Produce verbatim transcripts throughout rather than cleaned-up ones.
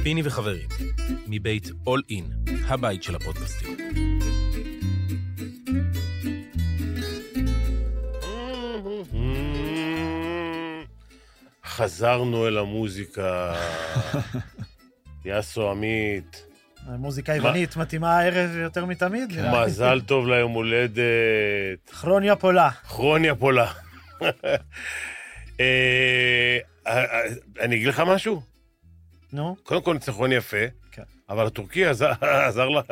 פיני וחברים, מבית All In, הבית של הפודקאסטים. חזרנו אל המוזיקה. יאסו עמית. המוזיקה היוונית מתאימה הערב יותר מתמיד. מזל טוב ליום הולדת. כרוניה פולה. כרוניה פולה. אני אגיד לך משהו? נו? קודם כל ניצחון יפה, כן. אבל הטורקי עזר לה...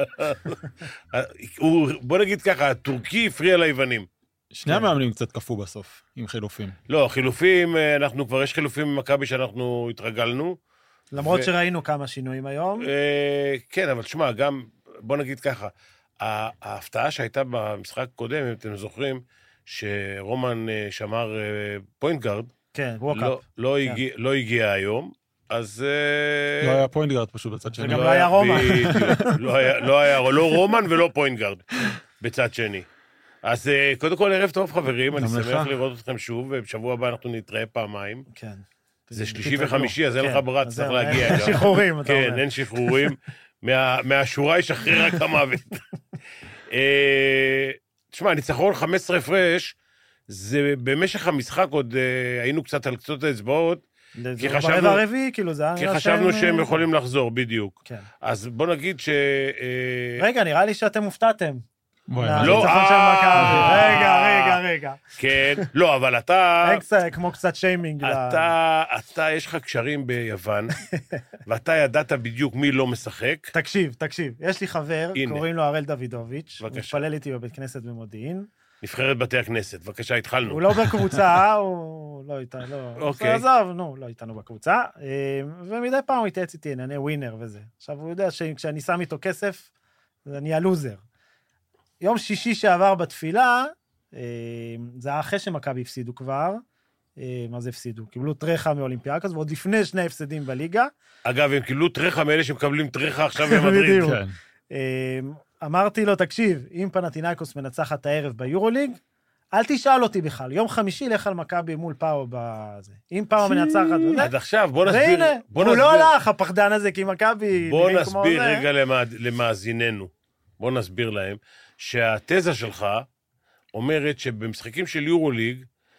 בוא נגיד ככה, הטורקי הפריע ליוונים. שני המאמנים קצת קפו בסוף, עם חילופים. לא, חילופים, אנחנו כבר יש חילופים במכבי שאנחנו התרגלנו. למרות שראינו כמה שינויים היום. כן, אבל תשמע, גם, בוא נגיד ככה, ההפתעה שהייתה במשחק הקודם, אם אתם זוכרים, שרומן שמר פוינט גארד, כן, ווקאפ. לא הגיע היום, אז... לא היה פוינט גארד פשוט בצד שני. וגם לא היה רומן. לא היה, לא רומן ולא פוינט גארד בצד שני. אז קודם כל, ערב טוב חברים, אני שמח לראות אתכם שוב, ובשבוע הבא אנחנו נתראה פעמיים. כן. זה שלישי וחמישי, אז אין לך ברירה, צריך להגיע. אין שחרורים, אתה אומר. כן, אין שחרורים. מהשורה ישחרר רק המוות. תשמע, ניצחון חמש עשרה הפרש, זה במשך המשחק עוד היינו קצת על קצות האצבעות, כי חשבנו, הרביעי, כאילו, זה כי חשבנו שהם יכולים לחזור, בדיוק. כן. אז בוא נגיד ש... רגע, נראה לי שאתם הופתעתם. לא, רגע, רגע, רגע. כן, לא, אבל אתה... כמו קצת שיימינג. אתה, אתה, יש לך קשרים ביוון, ואתה ידעת בדיוק מי לא משחק. תקשיב, תקשיב. יש לי חבר, קוראים לו הראל דוידוביץ', הוא מתפלל איתי בבית כנסת במודיעין. נבחרת בתי הכנסת, בבקשה, התחלנו. הוא לא בקבוצה, הוא לא איתנו, לא... עזוב, נו, לא איתנו בקבוצה, ומדי פעם הוא התייעץ איתי, אני ווינר וזה. עכשיו, הוא יודע שכשאני שם איתו כסף, אני הלוזר. יום שישי שעבר בתפילה, זה היה אחרי שמכבי הפסידו כבר, מה זה הפסידו? קיבלו טרחה מאולימפיאקוס, ועוד לפני שני הפסדים בליגה. אגב, הם קיבלו טרחה מאלה שמקבלים טרחה עכשיו במדריד. בדיוק. אמרתי לו, תקשיב, אם פנתינייקוס מנצחת את הערב ביורוליג, אל תשאל אותי בכלל, יום חמישי לך על מכבי מול פאו בזה. אם פאו מנצחת וזה. עד עכשיו, בוא נסביר. והנה, הוא לא הלך, הפחדן הזה, כי מכבי... בוא נסביר רגע למאזיננו. בוא נסביר להם. שהתזה שלך אומרת שבמשחקים של יורוליג,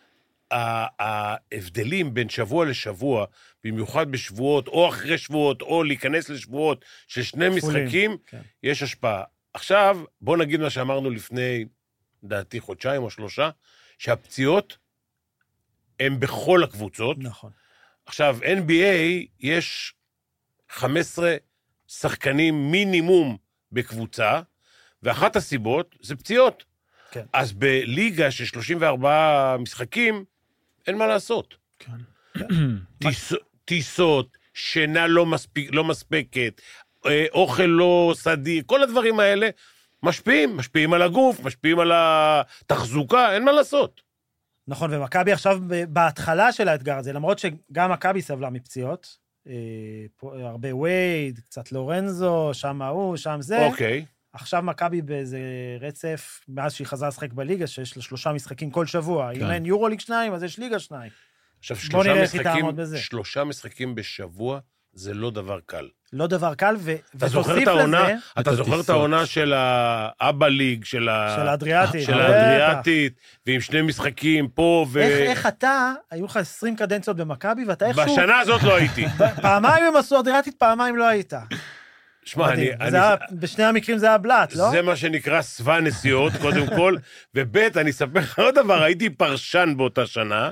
ההבדלים בין שבוע לשבוע, במיוחד בשבועות, או אחרי שבועות, או להיכנס לשבועות של שני משחקים, יש השפעה. עכשיו, בוא נגיד מה שאמרנו לפני, דעתי, חודשיים או שלושה, שהפציעות הן בכל הקבוצות. נכון. עכשיו, אן בי איי יש חמישה עשר שחקנים מינימום בקבוצה, ואחת הסיבות זה פציעות. כן. אז בליגה של שלושים וארבעה משחקים, אין מה לעשות. כן. טיס, טיסות, שינה לא, מספיק, לא מספקת, אוכל לא סדי, כל הדברים האלה משפיעים, משפיעים על הגוף, משפיעים על התחזוקה, אין מה לעשות. נכון, ומכבי עכשיו בהתחלה של האתגר הזה, למרות שגם מכבי סבלה מפציעות, הרבה וייד, קצת לורנזו, שם ההוא, שם זה. אוקיי. עכשיו מכבי באיזה רצף, מאז שהיא חזרה לשחק בליגה, שיש לה שלושה משחקים כל שבוע. אם אין יורוליג שניים, אז יש ליגה שניים. עכשיו, שלושה משחקים, שלושה משחקים בשבוע, זה לא דבר קל. לא דבר קל, ותוסיף לזה... אתה זוכר את העונה של האבא ליג, של האדריאטית. של האדריאטית, ועם שני משחקים פה ו... איך אתה, היו לך עשרים קדנציות במכבי, ואתה איכשהו... בשנה הזאת לא הייתי. פעמיים הם עשו אדריאטית, פעמיים לא היית. שמע, אני... בשני המקרים זה היה בלט, לא? זה מה שנקרא סבא נסיעות, קודם כל, ובית, אני אספר לך עוד דבר, הייתי פרשן באותה שנה,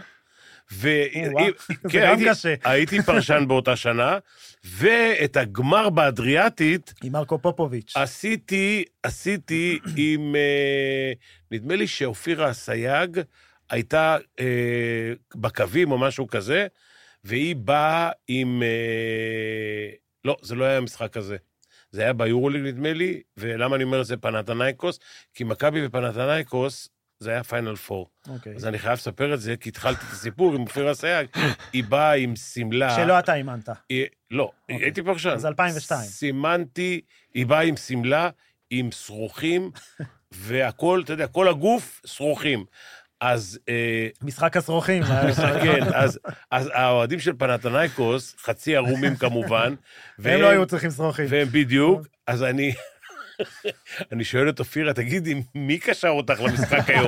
הייתי פרשן באותה שנה, ואת הגמר באדריאטית... עם מרקו פופוביץ'. עשיתי, עשיתי עם... נדמה לי שאופירה הסייג הייתה בקווים או משהו כזה, והיא באה עם... לא, זה לא היה המשחק הזה. זה היה ביורוליג, נדמה לי, ולמה אני אומר את זה פנתנייקוס? כי מכבי ופנתנייקוס, זה היה פיינל פור. אוקיי. אז אני חייב לספר את זה, כי התחלתי את הסיפור עם אופירה סייג, היא באה עם סמלה... שלא אתה אימנת. לא, הייתי פרשן. אז אלפיים ושתיים. סימנתי, היא באה עם סמלה, עם שרוכים, והכל, אתה יודע, כל הגוף שרוכים. אז... משחק הסרוכים. כן, אז האוהדים של פנתנייקוס, חצי ערומים כמובן, והם לא היו צריכים סרוכים. והם בדיוק, אז אני... אני שואל את אופירה, תגידי, מי קשר אותך למשחק היום?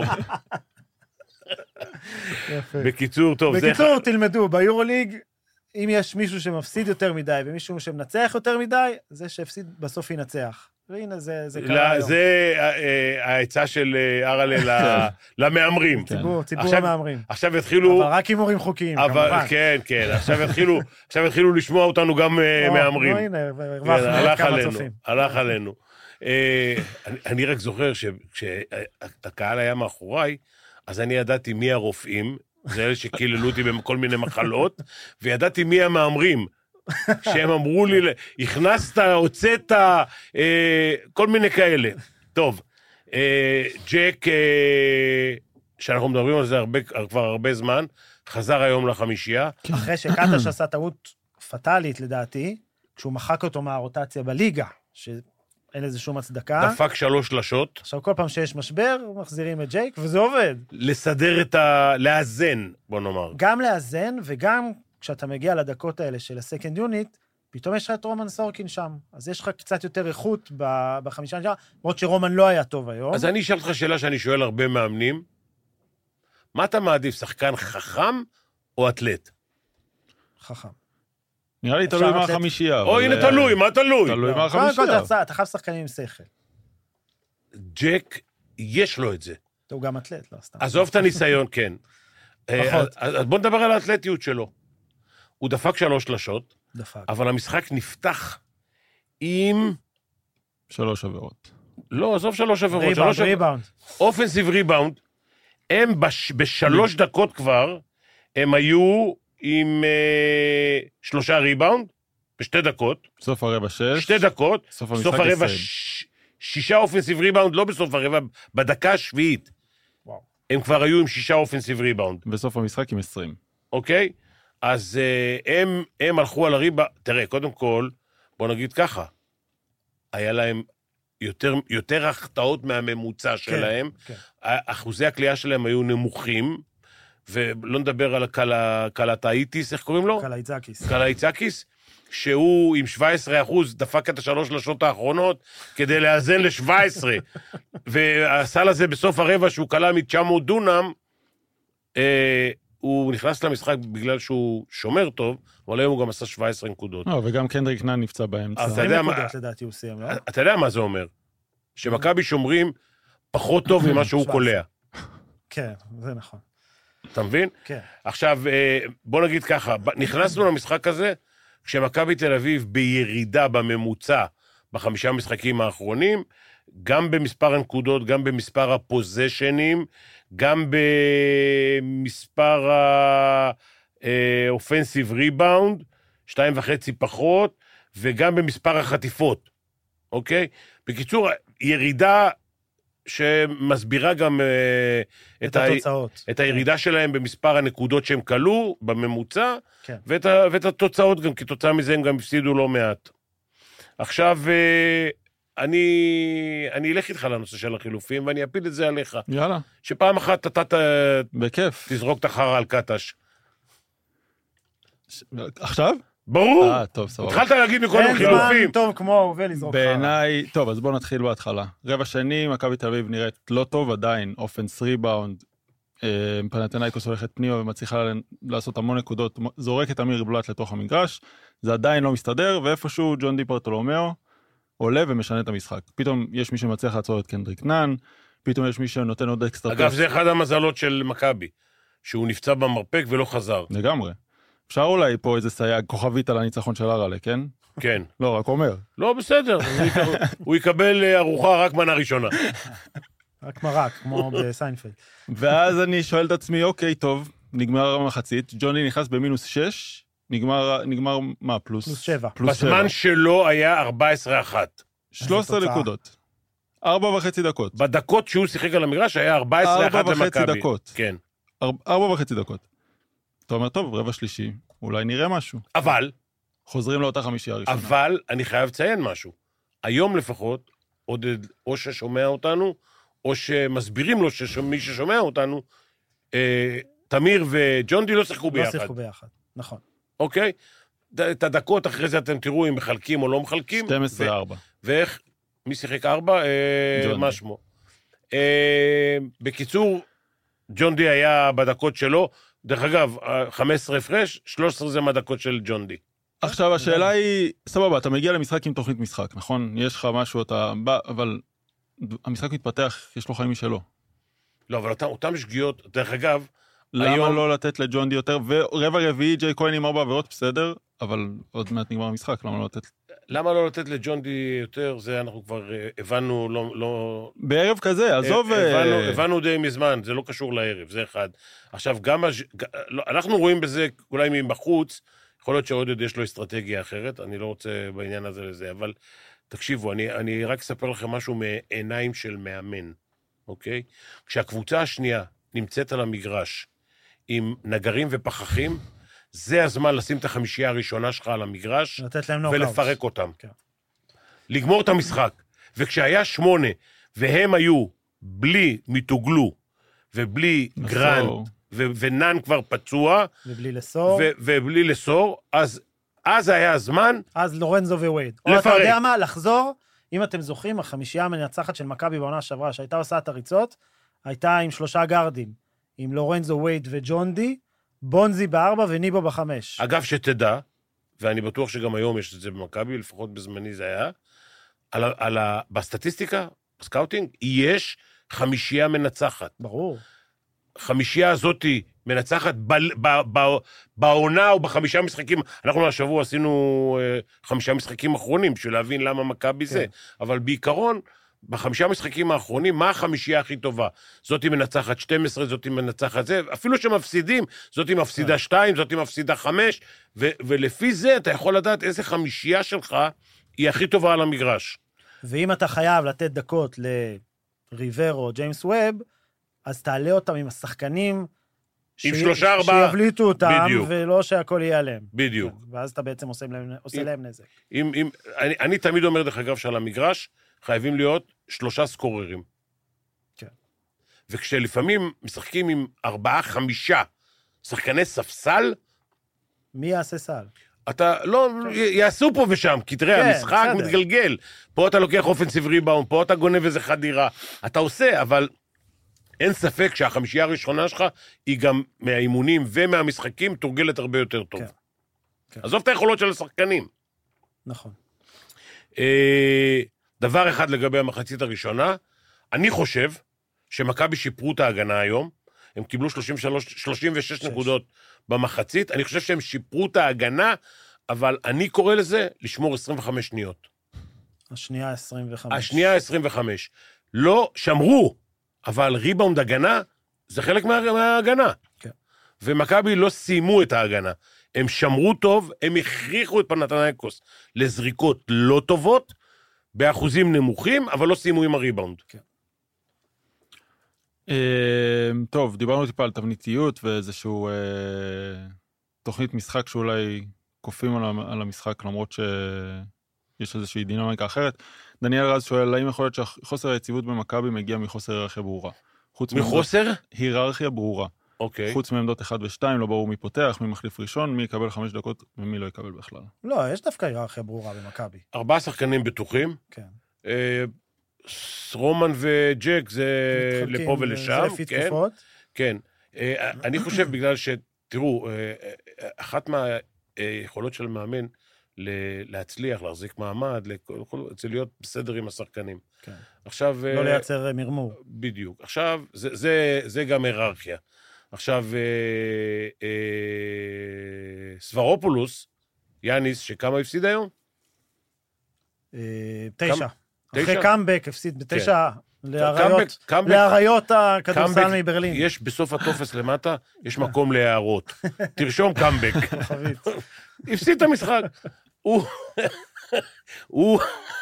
בקיצור, טוב, זה... בקיצור, תלמדו, ביורוליג, אם יש מישהו שמפסיד יותר מדי, ומישהו שמנצח יותר מדי, זה שהפסיד בסוף ינצח. והנה, זה קרה היום. זה ההצעה של ארלה למאמרים. ציבור המאמרים. עכשיו יתחילו... אבל רק הימורים חוקיים, כמובן. כן, כן, עכשיו יתחילו לשמוע אותנו גם מאמרים. הנה, הרווחנו כמה צופים. הלך עלינו. אני רק זוכר שכשהקהל היה מאחוריי, אז אני ידעתי מי הרופאים, זה אלה שקיללו אותי בכל מיני מחלות, וידעתי מי המאמרים, שהם אמרו לי, הכנסת, הוצאת, כל מיני כאלה. טוב, ג'ק, שאנחנו מדברים על זה כבר הרבה זמן, חזר היום לחמישייה. אחרי שקטש עשה טעות פטלית, לדעתי, כשהוא מחק אותו מהרוטציה בליגה, שאין לזה שום הצדקה. דפק שלוש שלשות. עכשיו, כל פעם שיש משבר, מחזירים את ג'ייק, וזה עובד. לסדר את ה... לאזן, בוא נאמר. גם לאזן, וגם כשאתה מגיע לדקות האלה של הסקנד יוניט, פתאום יש לך את רומן סורקין שם. אז יש לך קצת יותר איכות בחמישה נשאר, למרות שרומן לא היה טוב היום. אז אני אשאל אותך שאלה שאני שואל הרבה מאמנים. מה אתה מעדיף, שחקן חכם או אתלט? חכם. נראה לי תלוי מה החמישייה. או, הנה תלוי, מה תלוי? תלוי מה החמישייה. אתה חייב שחקנים עם שכל. ג'ק, יש לו את זה. הוא גם אתלט, לא סתם. עזוב את הניסיון, כן. אז בוא נדבר על האתלטיות שלו. הוא דפק שלוש שלשות, אבל המשחק נפתח עם... שלוש עבירות. לא, עזוב שלוש עבירות. ריבאונד, ריבאונד. אופנסיב ריבאונד. הם בשלוש דקות כבר, הם היו עם שלושה ריבאונד, בשתי דקות. סוף הרבע שש. שתי דקות. סוף הרבע שישה אופנסיב ריבאונד, לא בסוף הרבע, בדקה השביעית. הם כבר היו עם שישה אופנסיב ריבאונד. בסוף המשחק עם עשרים. אוקיי? אז הם, הם הלכו על הריבה, תראה, קודם כל, בוא נגיד ככה, היה להם יותר, יותר החטאות מהממוצע שלהם, כן, כן. אחוזי הקליעה שלהם היו נמוכים, ולא נדבר על קלטאיטיס, איך קוראים לו? קלאיצקיס. קלאיצקיס, שהוא עם שבע עשרה אחוז דפק את השלוש לשעות האחרונות, כדי לאזן ל-שבע עשרה, והסל הזה בסוף הרבע שהוא קלה מ-תשע מאות דונם, אה, הוא נכנס למשחק בגלל שהוא שומר טוב, אבל היום הוא גם עשה שבע עשרה נקודות. לא, וגם קנדריק נאן נפצע באמצע. אז אתה יודע מה... לדעתי הוא סיים, לא? אתה יודע מה זה אומר? שמכבי שומרים פחות טוב ממה שהוא קולע. כן, זה נכון. אתה מבין? כן. עכשיו, בוא נגיד ככה, נכנסנו למשחק הזה, כשמכבי תל אביב בירידה בממוצע בחמישה משחקים האחרונים, גם במספר הנקודות, גם במספר הפוזיישנים, גם במספר האופנסיב ריבאונד, שתיים וחצי פחות, וגם במספר החטיפות, אוקיי? בקיצור, ירידה שמסבירה גם את, את התוצאות. את הירידה שלהם במספר הנקודות שהם קלו, בממוצע, כן. ואת, ואת התוצאות גם, כתוצאה מזה הם גם הפסידו לא מעט. עכשיו, אני, אני אלך איתך לנושא של החילופים, ואני אפיל את זה עליך. יאללה. שפעם אחת אתה ת... בכיף. תזרוק את החרה על קטש. ש... עכשיו? ברור. אה, טוב, סבבה. התחלת להגיד מקודם חילופים. אין זמן טוב כמו ולזרוק חרה. בעיניי, טוב, אז בואו נתחיל בהתחלה. רבע שני, מכבי תל אביב נראית לא טוב, עדיין, אופנס ריבאונד, פנתנייקוס הולכת פנימה ומצליחה לעשות המון נקודות, זורק את אמיר בלאט לתוך המגרש, זה עדיין לא מסתדר, ואיפשהו ג'ון די ברטולומיאו עולה ומשנה את המשחק. פתאום יש מי שמצליח לעצור את קנדריק נאן, פתאום יש מי שנותן עוד אקסטרה. אגב, זה אחד המזלות של מכבי, שהוא נפצע במרפק ולא חזר. לגמרי. אפשר אולי פה איזה סייג, כוכבית על הניצחון של הרלה, כן? כן. לא, רק אומר. לא, בסדר. הוא יקבל ארוחה רק מנה ראשונה. רק מרק, כמו בסיינפלד. ואז אני שואל את עצמי, אוקיי, טוב, נגמר המחצית, ג'וני נכנס במינוס שש, נגמר, נגמר מה, פלוס? פלוס שבע. בזמן שלו היה ארבע עשרה אחת. שלוש עשרה נקודות. ארבע וחצי דקות. בדקות שהוא שיחק על המגרש היה ארבע עשרה אחת למכבי. ארבע וחצי דקות. כן. ארבע וחצי דקות. אתה אומר, טוב, רבע שלישי, אולי נראה משהו. אבל... חוזרים לאותה חמישייה הראשונה. אבל אני חייב לציין משהו. היום לפחות, עודד, או ששומע אותנו, או שמסבירים לו שמי ששומע אותנו, תמיר וג'ונדי לא שיחקו ביחד. לא שיחקו ביחד, נכון. אוקיי? את הדקות אחרי זה אתם תראו אם מחלקים או לא מחלקים. שתים עשרה ארבע. ואיך, מי שיחק ארבע? מה שמו? בקיצור, ג'ונדי היה בדקות שלו, דרך אגב, חמש עשרה הפרש, שלוש עשרה זה מהדקות של ג'ונדי. עכשיו השאלה היא, סבבה, אתה מגיע למשחק עם תוכנית משחק, נכון? יש לך משהו, אתה בא, אבל המשחק מתפתח, יש לו חיים משלו. לא, אבל אותם שגיאות, דרך אגב, למה היום... לא לתת לג'ונדי יותר, ורבע רביעי, ג'יי כהן עם ארבע עבירות, בסדר, אבל עוד מעט נגמר המשחק, למה לא לתת... למה לא לתת לג'ונדי יותר, זה אנחנו כבר הבנו, לא... לא... בערב כזה, עזוב... הבנו, הבנו די מזמן, זה לא קשור לערב, זה אחד. עכשיו, גם... אנחנו רואים בזה, אולי מבחוץ, יכול להיות שעודד יש לו אסטרטגיה אחרת, אני לא רוצה בעניין הזה לזה, אבל תקשיבו, אני, אני רק אספר לכם משהו מעיניים של מאמן, אוקיי? כשהקבוצה השנייה נמצאת על המגרש עם נגרים ופחחים, זה הזמן לשים את החמישייה הראשונה שלך על המגרש, ולפרק אותם. כן. לגמור את המשחק. וכשהיה שמונה, והם היו בלי מתוגלו, ובלי גרנד, ו- ונן כבר פצוע, ובלי לסור, ו- ובלי לסור, אז, אז היה הזמן, אז לורנזו ווייד. או אתה יודע מה, לחזור, אם אתם זוכרים, החמישייה המנצחת של מכבי בעונה שעברה, שהייתה עושה את הריצות, הייתה עם שלושה גרדים, עם לורנזו ווייד וג'ונדי, בונזי בארבע וניבו בחמש. אגב, שתדע, ואני בטוח שגם היום יש את זה במכבי, לפחות בזמני זה היה, על, על, על, בסטטיסטיקה, בסקאוטינג, יש חמישייה מנצחת. ברור. חמישייה הזאת מנצחת ב, ב, ב, בעונה או בחמישה משחקים, אנחנו השבוע עשינו uh, חמישה משחקים אחרונים, בשביל להבין למה מכבי כן. זה, אבל בעיקרון, בחמישה משחקים האחרונים, מה החמישייה הכי טובה? זאתי מנצחת שתים עשרה, זאתי מנצחת זה, אפילו שמפסידים, זאתי מפסידה שתיים, זאתי מפסידה חמש, ו- ולפי זה אתה יכול לדעת איזה חמישייה שלך היא הכי טובה על המגרש. ואם אתה חייב לתת דקות לריברו או ג'יימס ווב, אז תעלה אותם עם השחקנים, עם ש... שלושה ארבעה, שיבליטו אותם, בדיוק. ולא שהכל יהיה עליהם. בדיוק. ואז אתה בעצם עושה להם, עושה אם, להם נזק. אם, אם, אני, אני תמיד אומר דרך אגב שעל המגרש, חייבים להיות שלושה סקוררים. כן. וכשלפעמים משחקים עם ארבעה, חמישה שחקני ספסל, מי יעשה סל? אתה, לא, כן. יעשו פה ושם, כי תראה, כן, המשחק בסדר. מתגלגל. פה אתה לוקח אופנסיב ריבאונד, פה אתה גונב איזה חדירה. אתה עושה, אבל אין ספק שהחמישייה הראשונה שלך, היא גם מהאימונים ומהמשחקים, תורגלת הרבה יותר טוב. כן. כן. עזוב את היכולות של השחקנים. נכון. אה... דבר אחד לגבי המחצית הראשונה, אני חושב שמכבי שיפרו את ההגנה היום, הם קיבלו שלושים ושלוש, שלושים ושש נקודות במחצית, אני חושב שהם שיפרו את ההגנה, אבל אני קורא לזה לשמור עשרים וחמש שניות. השנייה עשרים וחמש. השנייה עשרים וחמש. לא שמרו, אבל ריבאונד הגנה, זה חלק מה, מההגנה. כן. ומכבי לא סיימו את ההגנה. הם שמרו טוב, הם הכריחו את פנתנייקוס לזריקות לא טובות, באחוזים נמוכים, אבל לא סיימו עם הריבאונד. כן. טוב, דיברנו טיפה על תבניתיות, ואיזשהו תוכנית משחק שאולי קופים על המשחק, למרות שיש איזושהי דינמיקה אחרת. דניאל רז שואל, האם יכול להיות שחוסר היציבות במכבי מגיע מחוסר היררכיה ברורה? מחוסר? היררכיה ברורה. אוקיי. חוץ מעמדות אחד ושתיים, לא ברור מי פותח, מי מחליף ראשון, מי יקבל חמש דקות ומי לא יקבל בכלל. לא, יש דווקא היררכיה ברורה במכבי. ארבעה שחקנים בטוחים. כן. רומן וג'ק זה לפה ולשם. זה לפי תקופות. כן. אני חושב בגלל ש... תראו, אחת מהיכולות של מאמן להצליח, להחזיק מעמד, זה להיות בסדר עם השחקנים. כן. עכשיו... לא לייצר מרמור. בדיוק. עכשיו, זה גם היררכיה. עכשיו, אה, אה, סברופולוס, יאניס, שכמה הפסיד היום? אה, תשע. כמה? אחרי קאמבק הפסיד בתשע כן. להריות, קאמבק, להריות הכדורסל קאמבק, מברלין. יש בסוף הטופס למטה, יש מקום להערות. תרשום קאמבק. הפסיד את המשחק. הוא... הוא...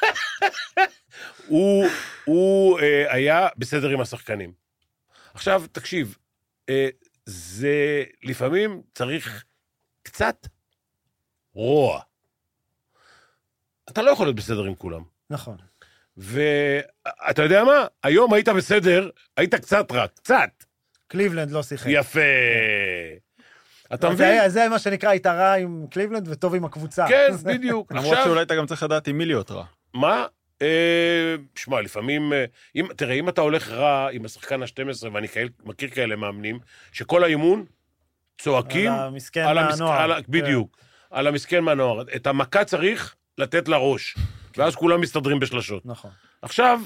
הוא... הוא אה, היה בסדר עם השחקנים. עכשיו, תקשיב, זה לפעמים צריך קצת רוע. אתה לא יכול להיות בסדר עם כולם. נכון. ואתה יודע מה? היום היית בסדר, היית קצת רק, קצת. קליבלנד לא שיחק. יפה. אתה מבין? זה מה שנקרא, היית רע עם קליבלנד וטוב עם הקבוצה. כן, בדיוק. למרות שאולי אתה גם צריך לדעת עם מי להיות רע. מה? שמע, לפעמים, תראה, אם אתה הולך רע עם השחקן ה-שתים עשרה, ואני מכיר כאלה מאמנים, שכל האימון צועקים על המסכן מהנוער. בדיוק, על המסכן מהנוער. את המכה צריך לתת לראש, ואז כולם מסתדרים בשלשות. נכון. עכשיו,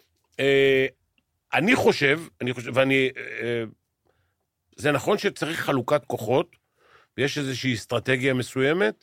אני חושב, אני חושב, ואני, זה נכון שצריך חלוקת כוחות, ויש איזושהי אסטרטגיה מסוימת,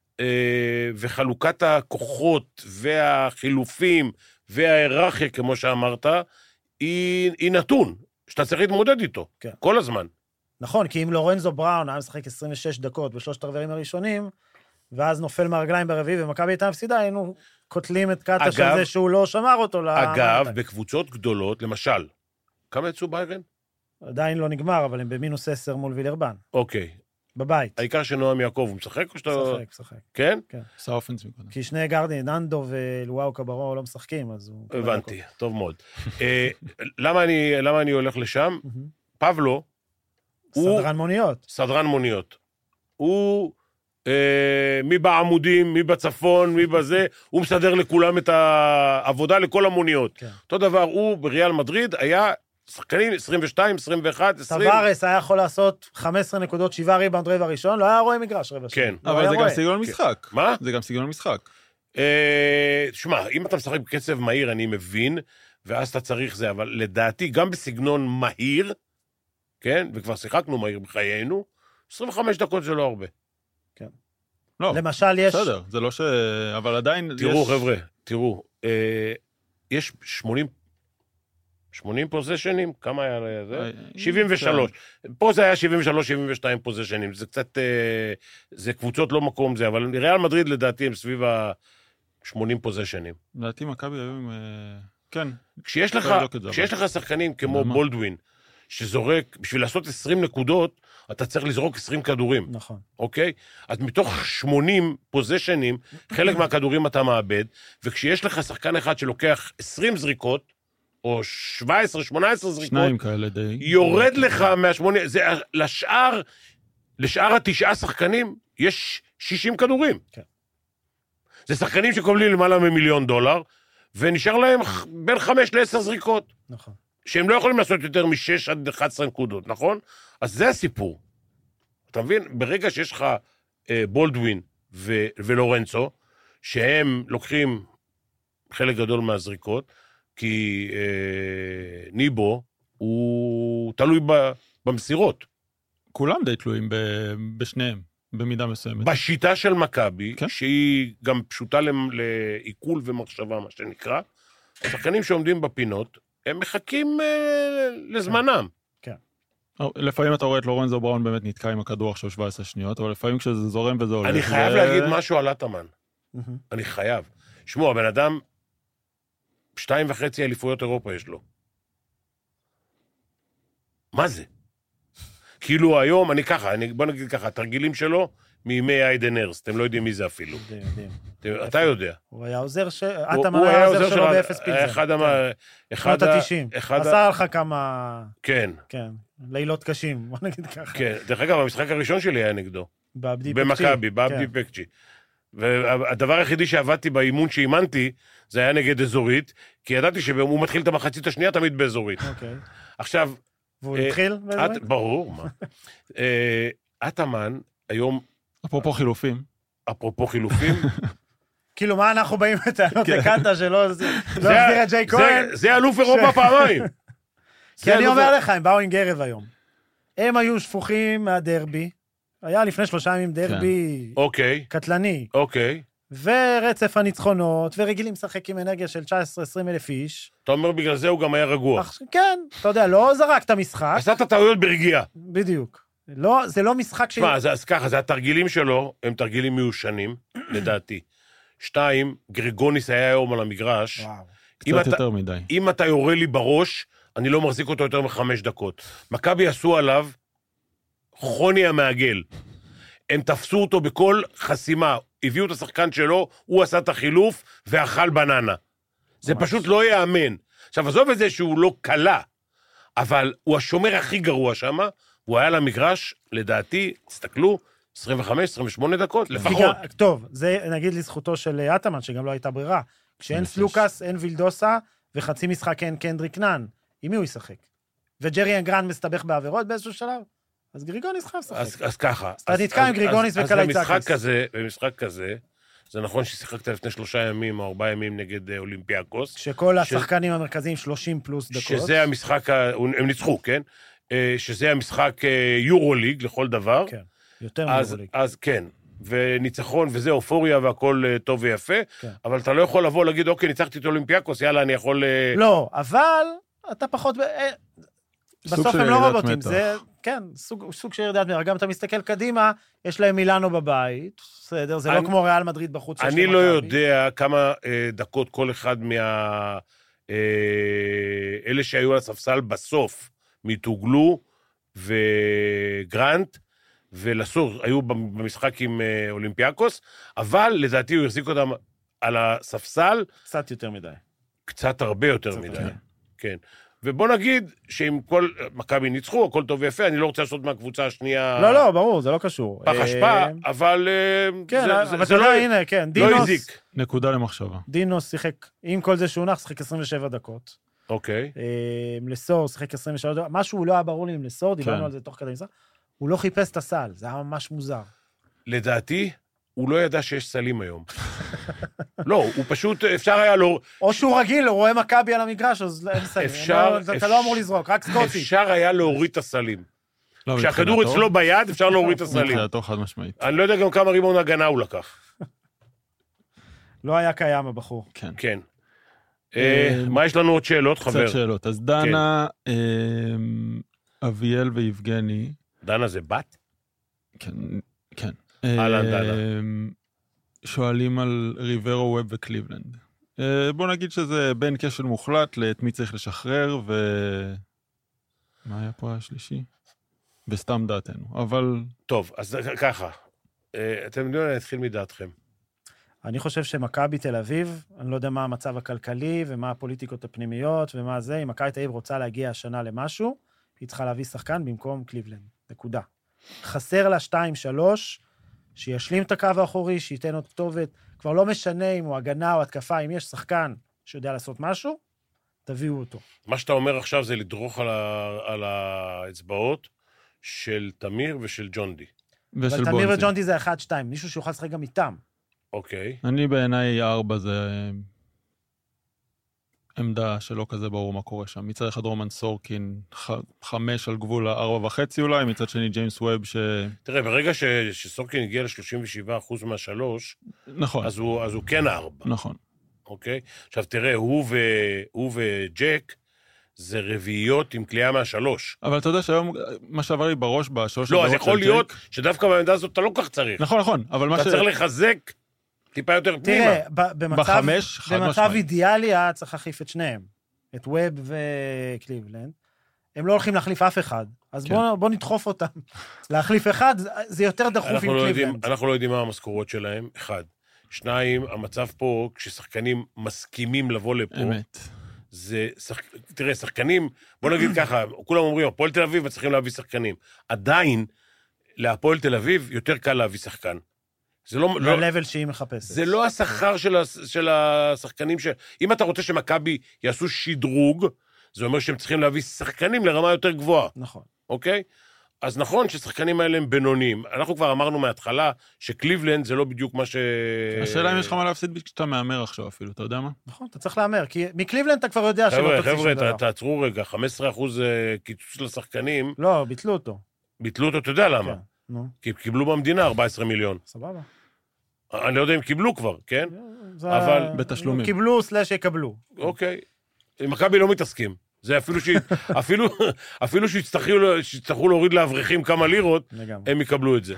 וחלוקת הכוחות והחילופים וההיררכיה, כמו שאמרת, היא, היא נתון, שאתה צריך להתמודד איתו, כן. כל הזמן. נכון, כי אם לורנזו בראון היה משחק עשרים ושש דקות בשלושת הרבעים הראשונים, ואז נופל מהרגליים ברביעי, ומכבי הייתה מפסידה, היינו קוטלים את קטש על זה שהוא לא שמר אותו. אגב, לה... בקבוצות גדולות, למשל, כמה יצאו ביירן? עדיין לא נגמר, אבל הם במינוס עשר מול וילרבן. אוקיי. בבית. העיקר שנועם יעקב, הוא משחק או שאתה... משחק, משחק. כן? כן. עושה אופנס מקודם. כי שני גרדי, ננדו ולואו קברו לא משחקים, אז הוא... הבנתי, טוב מאוד. למה אני הולך לשם? פבלו, סדרן מוניות. סדרן מוניות. הוא, מי בעמודים, מי בצפון, מי בזה, הוא מסדר לכולם את העבודה לכל המוניות. אותו דבר, הוא בריאל מדריד היה... שחקנים עשרים ושתיים, עשרים ואחת, עשרים... טווארס היה יכול לעשות חמש עשרה נקודות, שבעה ריבאונד רבע ראשון, לא היה רואה מגרש רבע שני. כן. אבל זה גם סגנון משחק. מה? זה גם סגנון משחק. שמע, אם אתה משחק בקצב מהיר, אני מבין, ואז אתה צריך זה, אבל לדעתי, גם בסגנון מהיר, כן, וכבר שיחקנו מהיר בחיינו, עשרים וחמש דקות זה לא הרבה. כן. לא, למשל יש... בסדר, זה לא ש... אבל עדיין... תראו, חבר'ה, תראו, יש שמונים שמונים פוזיישנים, כמה היה לזה? שבעים ושלוש. פה זה היה שבעים ושלוש שבעים ושתיים פוזיישנים, זה קצת, זה קבוצות לא מקום זה, אבל ריאל מדריד לדעתי הם סביב ה-שמונים פוזיישנים. לדעתי מכבי היום, כן. כשיש לך, כשיש לך שחקנים כמו בולדווין, שזורק, בשביל לעשות עשרים נקודות, אתה צריך לזרוק עשרים כדורים. נכון. אוקיי? אז מתוך שמונים פוזיישנים, חלק מהכדורים אתה מאבד, וכשיש לך שחקן אחד שלוקח עשרים זריקות, או שבע עשרה שמונה עשרה זריקות, שניים כאלה די. יורד לך מה-שמונים, זה לשאר, לשאר התשעה שחקנים, יש שישים כדורים. כן. זה שחקנים שקובלים למעלה ממיליון דולר, ונשאר להם בין חמש לעשר זריקות. נכון. שהם לא יכולים לעשות יותר משש עד אחת עשרה נקודות, נכון? אז זה הסיפור. אתה מבין? ברגע שיש לך אה, בולדווין ו- ולורנצו, שהם לוקחים חלק גדול מהזריקות, כי אה, ניבו הוא תלוי ב- במסירות. כולם די תלויים ב- בשניהם, במידה מסוימת. בשיטה של מכבי, כן? שהיא גם פשוטה לעיכול ומחשבה, מה שנקרא, השחקנים שעומדים בפינות, הם מחכים אה, לזמנם. כן. לפעמים אתה רואה את לורנזו בראון באמת נתקע עם הכדור עכשיו שבע עשרה שניות, אבל לפעמים כשזה זורם וזה הולך... אני חייב להגיד משהו על אטמן. אני חייב. שמוע, הבן אדם, שתיים וחצי אליפויות אירופה יש לו. מה זה? כאילו היום, אני ככה, אני, בוא נגיד ככה, התרגילים שלו, מימי איידן הרסט, אתם לא יודעים מי זה אפילו. יודעים, יודעים. אתה יודע. הוא היה עוזר ש... אטמן היה עוזר שלו באפס פילזר. אחד המ... שנות ה-תשעים. עשה לך כמה... כן. כן. לילות קשים, בוא נגיד ככה. כן. דרך אגב, המשחק הראשון שלי היה נגדו. באבדי פקצ'י. במכבי, באבדי פקצ'י. והדבר היחידי שעבדתי באימון שאימנתי, זה היה נגד אזורית, כי ידעתי שהוא מתחיל את המחצית השנייה תמיד באזורית. אוקיי. עכשיו... והוא התחיל באזורית? ברור, מה. אטמן, היום... אפרופו חילופים. אפרופו חילופים. כאילו, מה אנחנו באים לטענות לקטה שלא החזיר את ג'יי כהן? זה אלוף אירופה פעמיים. כי אני אומר לך, הם באו עם גרב היום. הם היו שפוכים מהדרבי, היה לפני שלושה ימים דרבי קטלני. אוקיי. ורצף הניצחונות, ורגילים לשחק עם אנרגיה של תשע עשרה עשרים אלף איש. אתה אומר, בגלל זה הוא גם היה רגוע. כן, אתה יודע, לא זרק את המשחק. עשת טעויות ברגיעה. בדיוק. לא, זה לא משחק ש... תשמע, אז ככה, זה התרגילים שלו, הם תרגילים מיושנים, לדעתי. שתיים, גרגוניס היה היום על המגרש. וואו. קצת יותר מדי. אם אתה יורה לי בראש, אני לא מחזיק אותו יותר מחמש דקות. מכבי עשו עליו חוני המעגל. הם תפסו אותו בכל חסימה, הביאו את השחקן שלו, הוא עשה את החילוף, ואכל בננה. זה פשוט לא יאמן. עכשיו, עזוב את זה שהוא לא קלה, אבל הוא השומר הכי גרוע שם, הוא היה למגרש, לדעתי, תסתכלו, עשרים וחמש עשרים ושמונה דקות, לפחות. טוב, זה נגיד לזכותו של אטמן, שגם לא הייתה ברירה. כשאין סלוקס, אין וילדוסה, וחצי משחק אין קנדריק נאן. עם מי הוא ישחק? וג'רי אנגרנד מסתבך בעבירות באיזשהו שלב? אז גריגוניס חייב לשחק. אז, אז ככה. אז נתקע עם גריגוניס וקלייצקס. אז במשחק כזה, במשחק כזה, זה נכון ששיחקת לפני שלושה ימים או ארבעה ימים נגד אולימפיאקוס. שכל השחקנים המרכזיים שלושים פלוס דקות. שזה המשחק, הם ניצחו, כן? שזה המשחק יורוליג לכל דבר. כן, יותר מיורוליג. אז כן, וניצחון וזה אופוריה והכל טוב ויפה, אבל אתה לא יכול לבוא להגיד, אוקיי, ניצחתי את אולימפיאקוס, יאללה, אני יכול... לא, אבל אתה פחות... בסוף הם לא רובוטים, זה, כן, סוג, סוג של ירידת מראה. גם אתה מסתכל קדימה, יש להם מילאנו בבית, בסדר, זה לא כמו ריאל מדריד בחוץ. אני לא יודע כמה דקות כל אחד מה... אלה שהיו על הספסל בסוף, מתוגלו וגרנט, ולסור היו במשחק עם אולימפיאקוס, אבל לדעתי הוא החזיק אותם על הספסל. קצת יותר מדי. קצת הרבה יותר מדי, כן. ובוא נגיד שאם כל מכבי ניצחו, הכל טוב ויפה, אני לא רוצה לעשות מהקבוצה השנייה... לא, לא, ברור, זה לא קשור. פח אשפה, אבל... כן, אבל אתה יודע, הנה, כן, דינוס... לא הזיק. נקודה למחשבה. דינוס שיחק, עם כל זה שהוא נח, שיחק עשרים ושבע דקות. אוקיי. לסור, שיחק עשרים ושלוש דקות. משהו לא היה ברור לי עם לסור, דיברנו על זה תוך כדי משחק. הוא לא חיפש את הסל, זה היה ממש מוזר. לדעתי, הוא לא ידע שיש סלים היום. לא, הוא פשוט, אפשר היה לו... או שהוא רגיל, הוא רואה מכבי על המגרש, אז אין סלים. אפשר... אתה לא אמור לזרוק, רק סקוטי. אפשר היה להוריד את הסלים. כשהכדור אצלו ביד, אפשר להוריד את הסלים. מבחינתו חד משמעית. אני לא יודע גם כמה ריבון הגנה הוא לקח. לא היה קיים הבחור. כן. כן. מה יש לנו עוד שאלות, חבר? קצת שאלות. אז דנה, אביאל ויבגני... דנה זה בת? כן, כן. אהלן, דנה. שואלים על ריברו ווב וקליבלנד. בוא נגיד שזה בין כשל מוחלט לאת מי צריך לשחרר, ו... מה היה פה השלישי? בסתם דעתנו, אבל... טוב, אז ככה. אתם יודעים, אני אתחיל מדעתכם. אני חושב שמכבי תל אביב, אני לא יודע מה המצב הכלכלי, ומה הפוליטיקות הפנימיות, ומה זה, אם מכבי תל אביב רוצה להגיע השנה למשהו, היא צריכה להביא שחקן במקום קליבלנד. נקודה. חסר לה שתיים שלוש, שישלים את הקו האחורי, שייתן עוד כתובת, כבר לא משנה אם הוא הגנה או התקפה, אם יש שחקן שיודע לעשות משהו, תביאו אותו. מה שאתה אומר עכשיו זה לדרוך על, ה... על האצבעות של תמיר ושל ג'ונדי. אבל תמיר וג'ונדי זה אחד שתיים, מישהו שיוכל לשחק גם איתם. אוקיי. אני בעיניי ארבע זה עמדה שלא כזה ברור מה קורה שם. מצד אחד רומן סורקין, ח... חמש על גבול הארבע וחצי אולי, מצד שני ג'יימס ווב ש... תראה, ברגע ש... שסורקין הגיע ל-שלושים ושבעה אחוז מהשלוש, נכון. אז הוא, אז הוא כן ארבע. נכון. אוקיי? עכשיו תראה, הוא, ו... הוא וג'ק, זה רביעיות עם קליעה מהשלוש. אבל אתה יודע שהיום, מה שעבר לי בראש בשלוש... לא, אז יכול להיות שדווקא בעמדה הזאת אתה לא כך צריך. נכון, נכון, אבל מה ש... אתה צריך לחזק טיפה יותר פנימה. תראה, במצב, במצב אידיאלי היה צריך להחליף את שניהם, את ווב וקליבלנד. הם לא הולכים להחליף אף אחד, אז כן. בוא, בוא נדחוף אותם. להחליף אחד, זה יותר דחוף עם לא קליבלנד. יודעים, אנחנו לא יודעים מה המשכורות שלהם, אחד. שניים, המצב פה, כששחקנים מסכימים לבוא לפה, אמת. זה, שח... תראה, שחקנים, בוא נגיד ככה, כולם אומרים, הפועל תל אביב צריכים להביא שחקנים. עדיין, להפועל תל אביב יותר קל להביא שחקן. זה לא... ב-level שהיא מחפשת. זה לא השכר של, הש... של השחקנים ש... אם אתה רוצה שמכבי יעשו שדרוג, זה אומר שהם צריכים להביא שחקנים לרמה יותר גבוהה. נכון. אוקיי? אז נכון ששחקנים האלה הם בינונים. אנחנו כבר אמרנו מההתחלה שקליבלנד זה לא בדיוק מה ש... השאלה אם יש לך מה להפסיד כשאתה מאמר עכשיו אפילו, אתה יודע מה? נכון, אתה צריך לאמר, כי מקליבלנד אתה כבר יודע שלא תוציא שום דבר. חבר'ה, תעצרו רגע, חמישה עשר אחוז קיצוץ לשחקנים. לא, ביטלו אותו. ביטלו אותו, אתה יודע למה? כי קיבלו במדינה ארבעה עשר מיליון. סבבה. אני לא יודע אם קיבלו כבר, כן? אבל... בתשלומים. קיבלו סלש יקבלו. אוקיי. מכבי לא מתעסקים. זה אפילו ש... אפילו, אפילו שיצטרכו להוריד לאברכים כמה לירות, הם יקבלו את זה.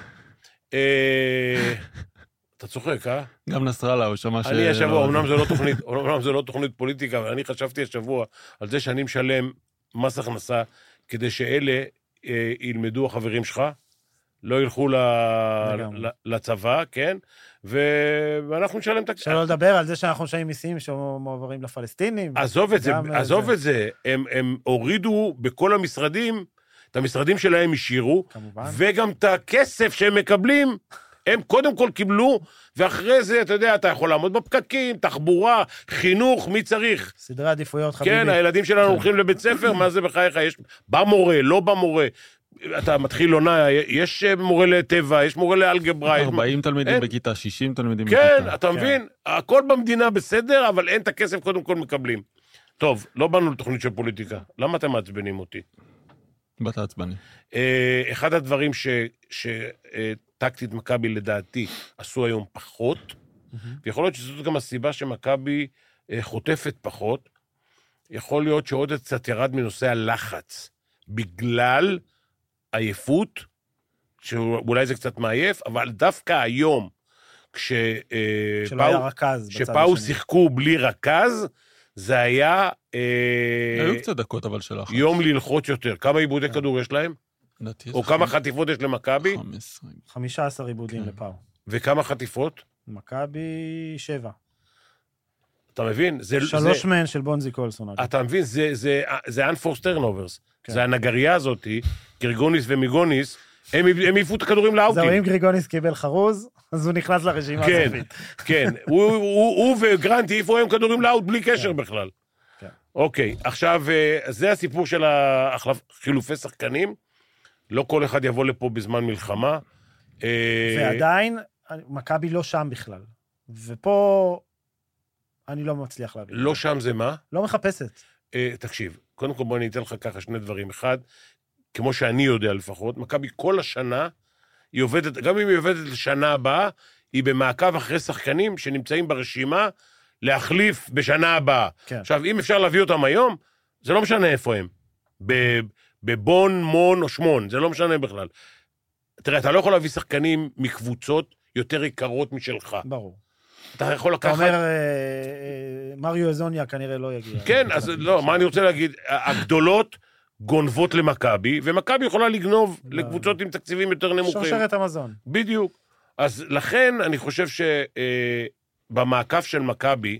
אתה צוחק, אה? גם נסראללה, הוא שמע ש... אני השבוע, אמנם זה לא תוכנית, אמנם זה לא תוכנית פוליטיקה, אבל אני חשבתי השבוע על זה שאני משלם מס הכנסה, כדי שאלה ילמדו החברים שלך, לא ילכו לצבא, כן? ואנחנו נשלם את הכסף. שלא לדבר על זה שאנחנו משלמים מיסים שמועברים לפלסטינים. עזוב את זה, עזוב את זה. הם הורידו בכל המשרדים, את המשרדים שלהם השאירו, וגם את הכסף שהם מקבלים, הם קודם כל קיבלו, ואחרי זה, אתה יודע, אתה יכול לעמוד בפקקים, תחבורה, חינוך, מי צריך? סדרי עדיפויות, חביבי. כן, הילדים שלנו הולכים לבית ספר, מה זה בחייך? יש במורה, לא במורה. אתה מתחיל עונה, יש מורה לטבע, יש מורה לאלגברה. ארבעים תלמידים בכיתה, שישים תלמידים בכיתה. כן, אתה מבין? הכל במדינה בסדר, אבל אין את הכסף, קודם כל מקבלים. טוב, לא באנו לתוכנית של פוליטיקה. למה אתם מעצבנים אותי? באת עצבני. אחד הדברים שטקטית מכבי לדעתי עשו היום פחות, ויכול להיות שזאת גם הסיבה שמכבי חוטפת פחות, יכול להיות שעוד קצת ירד מנושא הלחץ, בגלל עייפות, שאולי זה קצת מעייף, אבל דווקא היום, כשפאו שיחקו בלי רכז, זה היה... היו קצת דקות אבל של לחץ. יום ללחוץ יותר. כמה עיבודי כדור יש להם? או כמה חטיפות יש למכבי? חמישה עשר עיבודים לפאו. וכמה חטיפות? מכבי שבע. אתה מבין? שלוש מהן של בונזי קולסון. אתה מבין? זה unforced turnovers. זה הנגריה הזאת, גרגוניס ומיגוניס, הם העיפו את הכדורים לאוטים. זהו, אם גרגוניס קיבל חרוז, אז הוא נכנס לרשימה הסופית. כן, הוא וגרנט העיפו היום כדורים לאוט בלי קשר בכלל. אוקיי, עכשיו, זה הסיפור של החילופי שחקנים. לא כל אחד יבוא לפה בזמן מלחמה. ועדיין, מכבי לא שם בכלל. ופה אני לא מצליח להבין. לא שם זה מה? לא מחפשת. תקשיב, קודם כל בוא אני אתן לך ככה שני דברים. אחד, כמו שאני יודע לפחות, מכבי כל השנה, היא עובדת, גם אם היא עובדת לשנה הבאה, היא במעקב אחרי שחקנים שנמצאים ברשימה להחליף בשנה הבאה. כן. עכשיו, אם אפשר להביא אותם היום, זה לא משנה איפה הם. בבון, מון או שמון, זה לא משנה בכלל. תראה, אתה לא יכול להביא שחקנים מקבוצות יותר יקרות משלך. ברור. אתה יכול לקחת... אתה אומר, מריו אזוניה כנראה לא יגיע. כן, אז לא, מה אני רוצה להגיד? הגדולות גונבות למכבי, ומכבי יכולה לגנוב לקבוצות עם תקציבים יותר נמוכים. שרשרת המזון. בדיוק. אז לכן אני חושב שבמעקב של מכבי,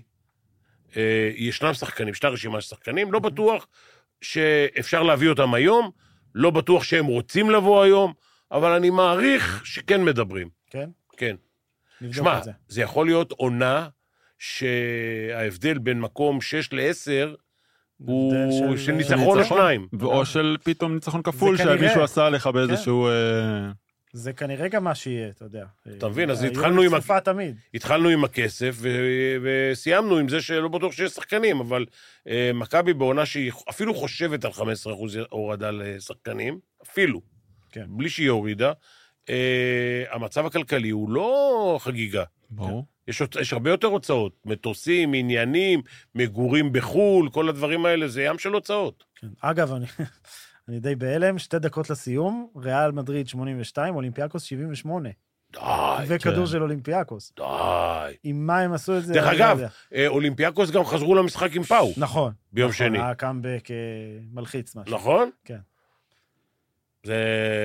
ישנם שחקנים, שתה רשימה של שחקנים, לא בטוח שאפשר להביא אותם היום, לא בטוח שהם רוצים לבוא היום, אבל אני מעריך שכן מדברים. כן? כן. שמע, זה יכול להיות עונה שההבדל בין מקום שש לעשר הוא של ניצחון או שניים. ואו של פתאום ניצחון כפול שמישהו עשה לך באיזשהו... זה כנראה גם מה שיהיה, אתה יודע. אתה מבין, אז התחלנו עם הכסף וסיימנו עם זה שלא בטוח שיש שחקנים, אבל מכבי בעונה שהיא אפילו חושבת על חמישה עשר אחוז הורדה לשחקנים, אפילו, בלי שהיא הורידה, המצב הכלכלי הוא לא חגיגה. ברור. יש, יש הרבה יותר הוצאות, מטוסים, עניינים, מגורים בחול, כל הדברים האלה, זה ים של הוצאות. כן. אגב, אני, אני די בהלם, שתי דקות לסיום, ריאל מדריד שמונים ושתיים, אולימפיאקוס שבעים ושמונה. די. וכדור כן. של אולימפיאקוס. די. עם מה הם עשו את זה? דרך אגב, אולימפיאקוס גם חזרו למשחק עם פאו. נכון. ביום נכון, שני. היה קאמבק מלחיץ משהו. נכון? כן. זה...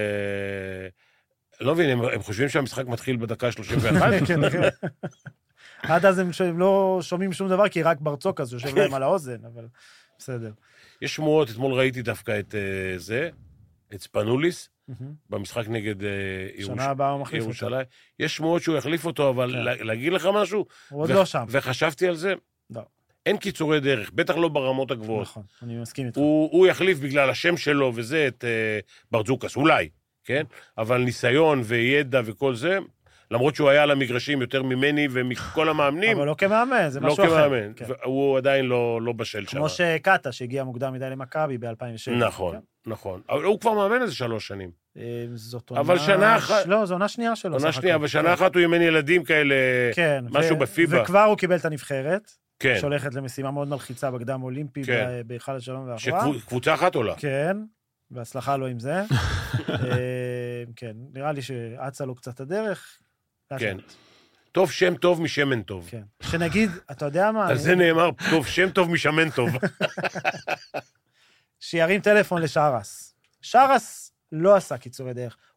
לא מבין, הם, הם חושבים שהמשחק מתחיל בדקה שלושים ואחת? כן, כן. עד אז הם, הם לא שומעים שום דבר, כי רק ברצוק אז יושב להם על האוזן, אבל בסדר. יש שמועות, אתמול ראיתי דווקא את uh, זה, את ספנוליס, במשחק נגד שנה הבאה הוא מחליף אותו. יש שמועות שהוא יחליף אותו, אבל להגיד לך משהו? הוא עוד לא שם. וחשבתי על זה? לא. אין קיצורי דרך, בטח לא ברמות הגבוהות. נכון, אני מסכים איתך. הוא יחליף בגלל השם שלו וזה את ברזוקס, אולי, כן? אבל ניסיון וידע וכל זה, למרות שהוא היה על המגרשים יותר ממני ומכל המאמנים. אבל לא כמאמן, זה משהו אחר. לא כמאמן, הוא עדיין לא בשל שם. כמו שקאטה, שהגיע מוקדם מדי למכבי ב-אלפיים ושבע. נכון, נכון. אבל הוא כבר מאמן איזה שלוש שנים. זאת עונה... אבל שנה אחת... לא, זו עונה שנייה שלו. עונה שנייה, ושנה אחת הוא ימין ילדים כאלה, משהו בפיבה. וכבר הוא קיבל את הנבחרת, כן. שהולכת למשימה מאוד מלחיצה בקדם אולימפי, בהיכל השלום והאחווה. שקבוצה אחת עולה. כן, והצלחה לו עם זה. כן, נראה לי שעצה לו קצת הדרך. כן. טוב שם טוב משמן טוב. כן. שנגיד, אתה יודע מה... על זה נאמר, טוב שם טוב משמן טוב. שירים טלפון לשרס. שרס לא עשה קיצורי דרך.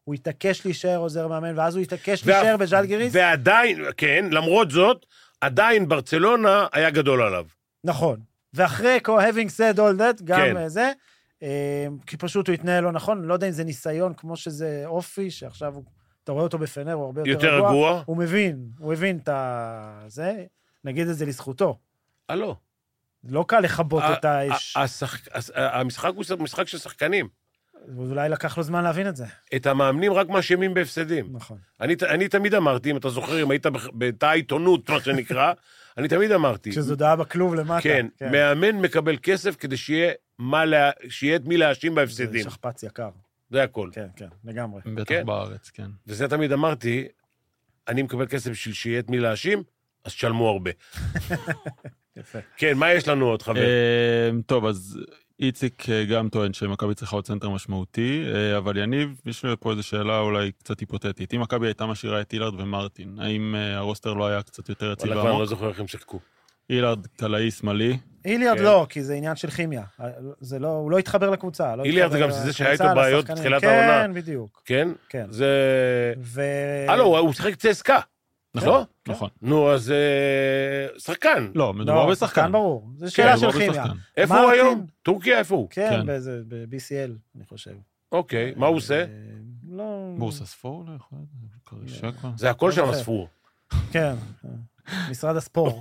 הוא התעקש להישאר עוזר מאמן, ואז הוא התעקש להישאר בז'לגיריס. ועדיין, כן, למרות זאת, עדיין ברצלונה היה גדול עליו. נכון. ואחרי, having said all that, גם זה, כי פשוט הוא התנהל לא נכון, לא יודע אם זה ניסיון, כמו שזה אופי, שעכשיו אתה רואה אותו בפנר, הוא הרבה יותר רגוע. הוא מבין, הוא הבין את זה, נגיד את זה לזכותו. אה, לא. לא קל לחבות את האש. המשחק הוא משחק של שחקנים. ואולי לקח לו זמן להבין את זה. את המאמנים רק מאשימים בהפסדים. נכון. אני, אני תמיד אמרתי, אם אתה זוכר, אם היית בתא העיתונות, מה שנקרא, אני תמיד אמרתי. כשזו דעה בכלוב למטה. כן, כן, מאמן מקבל כסף כדי שיהיה, מה לה, שיהיה את מי להאשים בהפסדים. זה שכפץ יקר. זה הכל. כן, כן, לגמרי. בטח כן? בארץ, כן. וזה תמיד אמרתי, אני מקבל כסף בשביל שיהיה את מי להאשים, אז תשלמו הרבה. יפה. כן, מה יש לנו עוד, חבר? טוב, אז איציק גם טוען שמכבי צריכה עוד צנטר משמעותי, אבל יניב, יש לי פה איזו שאלה אולי קצת היפותטית. אם מכבי הייתה משאירה את אילארד ומרטין, האם הרוסטר לא היה קצת יותר יציב ועמוק? אני לא זוכר איך הם שיחקו. אילארד קלעי שמאלי. אילארד לא, כי זה עניין של כימיה. זה לא, הוא לא התחבר לקבוצה. אילארד זה גם זה שהיה איתו בעיות בתחילת העונה. כן, בדיוק. כן? כן. זה... הלו, הוא שחק צסקה. נכון, נכון. נו, אז שחקן. לא, מדובר בשחקן. שחקן ברור. זה שאלה של כימיה. איפה הוא היום? טורקיה, איפה הוא? כן, ב-בי סי אל, אני חושב. אוקיי, מה הוא עושה? לא... בורסה ספור, לא? זה הכל שם הספור. כן, משרד הספור.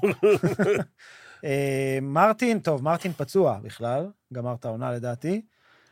מרטין, טוב, מרטין פצוע בכלל, גמר את העונה לדעתי.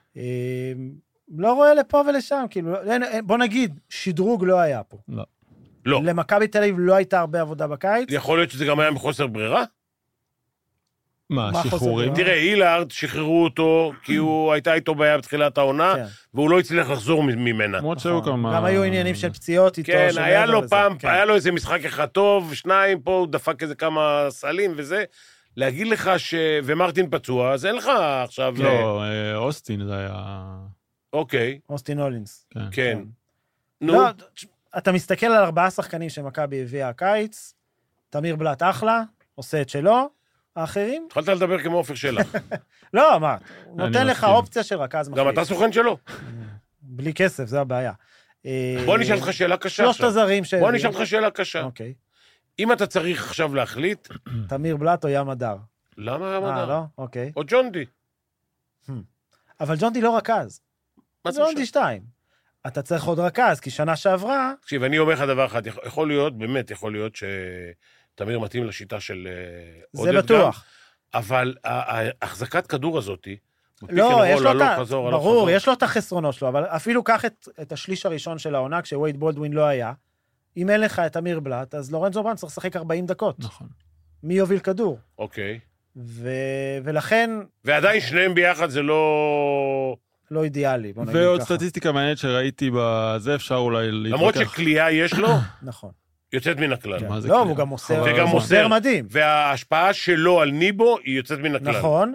לא רואה לפה ולשם, כאילו, בוא נגיד, שדרוג לא היה פה. לא. לא. למכבי תל אביב לא הייתה הרבה עבודה בקיץ. יכול להיות שזה גם היה מחוסר ברירה? מה, שחרורים? תראה, אילארד שחררו אותו, כי הוא הייתה איתו בעיה בתחילת העונה, והוא לא הצליח לחזור ממנה. גם היו עניינים של פציעות איתו. כן, היה לו פעם, היה לו איזה משחק אחד טוב, שניים פה, הוא דפק איזה כמה סלים וזה. להגיד לך ש... ומרטין פצוע, אז אין לך עכשיו... לא, אוסטין זה היה... אוקיי. אוסטין הולינס. כן. נו. אתה מסתכל על ארבעה שחקנים שמכבי הביאה הקיץ, תמיר בלט אחלה, עושה את שלו, האחרים? התחלת לדבר כמו אופר שלה. לא, מה, הוא נותן לך אופציה של רכז מחליט. גם אתה סוכן שלו. בלי כסף, זה הבעיה. בוא נשאל לך שאלה קשה. שלושת הזרים ש... בוא נשאל לך שאלה קשה. אוקיי. אם אתה צריך עכשיו להחליט... תמיר בלט או ים הדר? למה ים הדר? אה, לא? אוקיי. או ג'ונדי. אבל ג'ונדי לא רכז. ג'ונדי שתיים. אתה צריך עוד רכז, כי שנה שעברה... תקשיב, אני אומר לך דבר אחד, יכול להיות, באמת יכול להיות שתמיר מתאים לשיטה של עודד גם. זה בטוח. אבל ההחזקת כדור הזאת, לא, יש לו את ה... ברור, יש לו את החסרונות שלו, אבל אפילו קח את השליש הראשון של העונה, כשווייד בולדווין לא היה, אם אין לך את אמיר בלט, אז לורנזו ברן צריך לשחק ארבעים דקות. נכון. מי יוביל כדור? אוקיי. ולכן... ועדיין שניהם ביחד זה לא... לא אידיאלי, בוא נגיד ככה. ועוד סטטיסטיקה מעניינת שראיתי בזה, אפשר אולי להתווכח. למרות שקליעה יש לו, נכון. יוצאת מן הכלל. לא, הוא גם מוסר, וגם מוסר מדהים. וההשפעה שלו על ניבו היא יוצאת מן הכלל. נכון,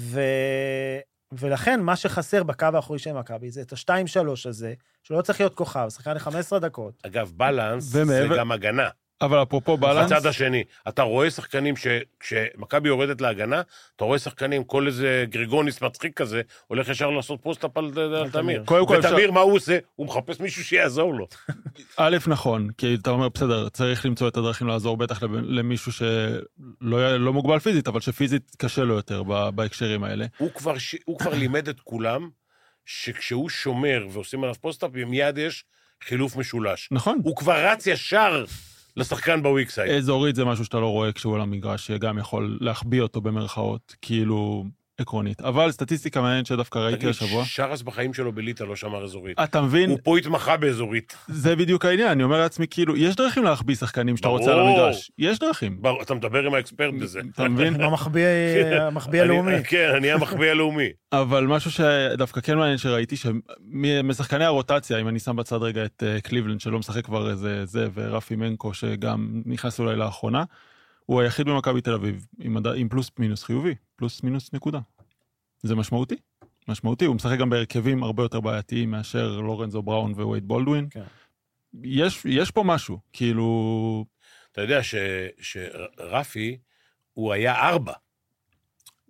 ולכן מה שחסר בקו האחורי של מכבי זה את ה-שתיים שלוש הזה, שלא צריך להיות כוכב, שחקן ל-חמש עשרה דקות. אגב, בלנס זה גם הגנה. אבל אפרופו בלנס... בצד השני, אתה רואה שחקנים שכשמכבי יורדת להגנה, אתה רואה שחקנים, כל איזה גריגוניס מצחיק כזה, הולך ישר לעשות פוסט-אפ על תמיר. ותמיר, מה הוא עושה? הוא מחפש מישהו שיעזור לו. א', נכון, כי אתה אומר, בסדר, צריך למצוא את הדרכים לעזור, בטח למישהו שלא מוגבל פיזית, אבל שפיזית קשה לו יותר בהקשרים האלה. הוא כבר לימד את כולם, שכשהוא שומר ועושים עליו פוסט-אפ, מיד יש חילוף משולש. נכון. הוא כבר רץ ישר לשחקן בוויקסייד. אזורית זה משהו שאתה לא רואה כשהוא על המגרש, שגם יכול להחביא אותו במרכאות, כאילו עקרונית. אבל סטטיסטיקה מעניינת שדווקא ראיתי השבוע. תגיד, שרס בחיים שלו בליטה לא שמר אזורית. אתה מבין? הוא פה התמחה באזורית. זה בדיוק העניין, אני אומר לעצמי, כאילו, יש דרכים להחביא שחקנים שאתה רוצה על המגרש. יש דרכים. אתה מדבר עם האקספרט בזה. אתה מבין? המחביא הלאומי. כן, אני המחביא הלאומי. אבל משהו שדווקא כן מעניין שראיתי, שמשחקני הרוטציה, אם אני שם בצד רגע את קליבלנד, שלא משחק כבר איזה זה, ורפי מנקו, שגם נכנס אולי לאחרונה, הוא היחיד במכבי תל אביב, עם, עם פלוס מינוס חיובי, פלוס מינוס נקודה. זה משמעותי, משמעותי, הוא משחק גם בהרכבים הרבה יותר בעייתיים, מאשר לורנזו בראון ווייד בולדווין. כן. יש, יש פה משהו, כאילו... אתה יודע ש, שרפי, הוא היה ארבע.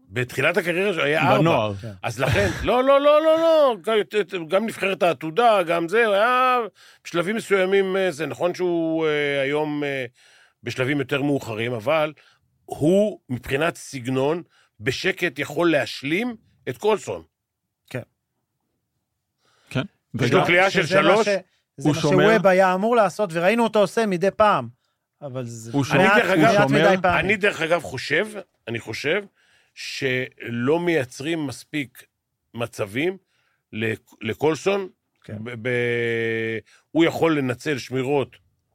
בתחילת הקריירה היה ארבע. בנוער. אז לכן, לא, לא, לא, לא, לא, גם נבחרת העתודה, גם זה, היה בשלבים מסוימים, זה נכון שהוא היום בשלבים יותר מאוחרים, אבל הוא מבחינת סגנון, בשקט יכול להשלים את קולסון. כן. כן. יש לו קליעה של שלוש. זה מה שווב היה אמור לעשות, וראינו אותו עושה מדי פעם. אבל זה... אני דרך אגב חושב, אני חושב, שלא מייצרים מספיק מצבים לקולסון, הוא יכול לנצל שמירות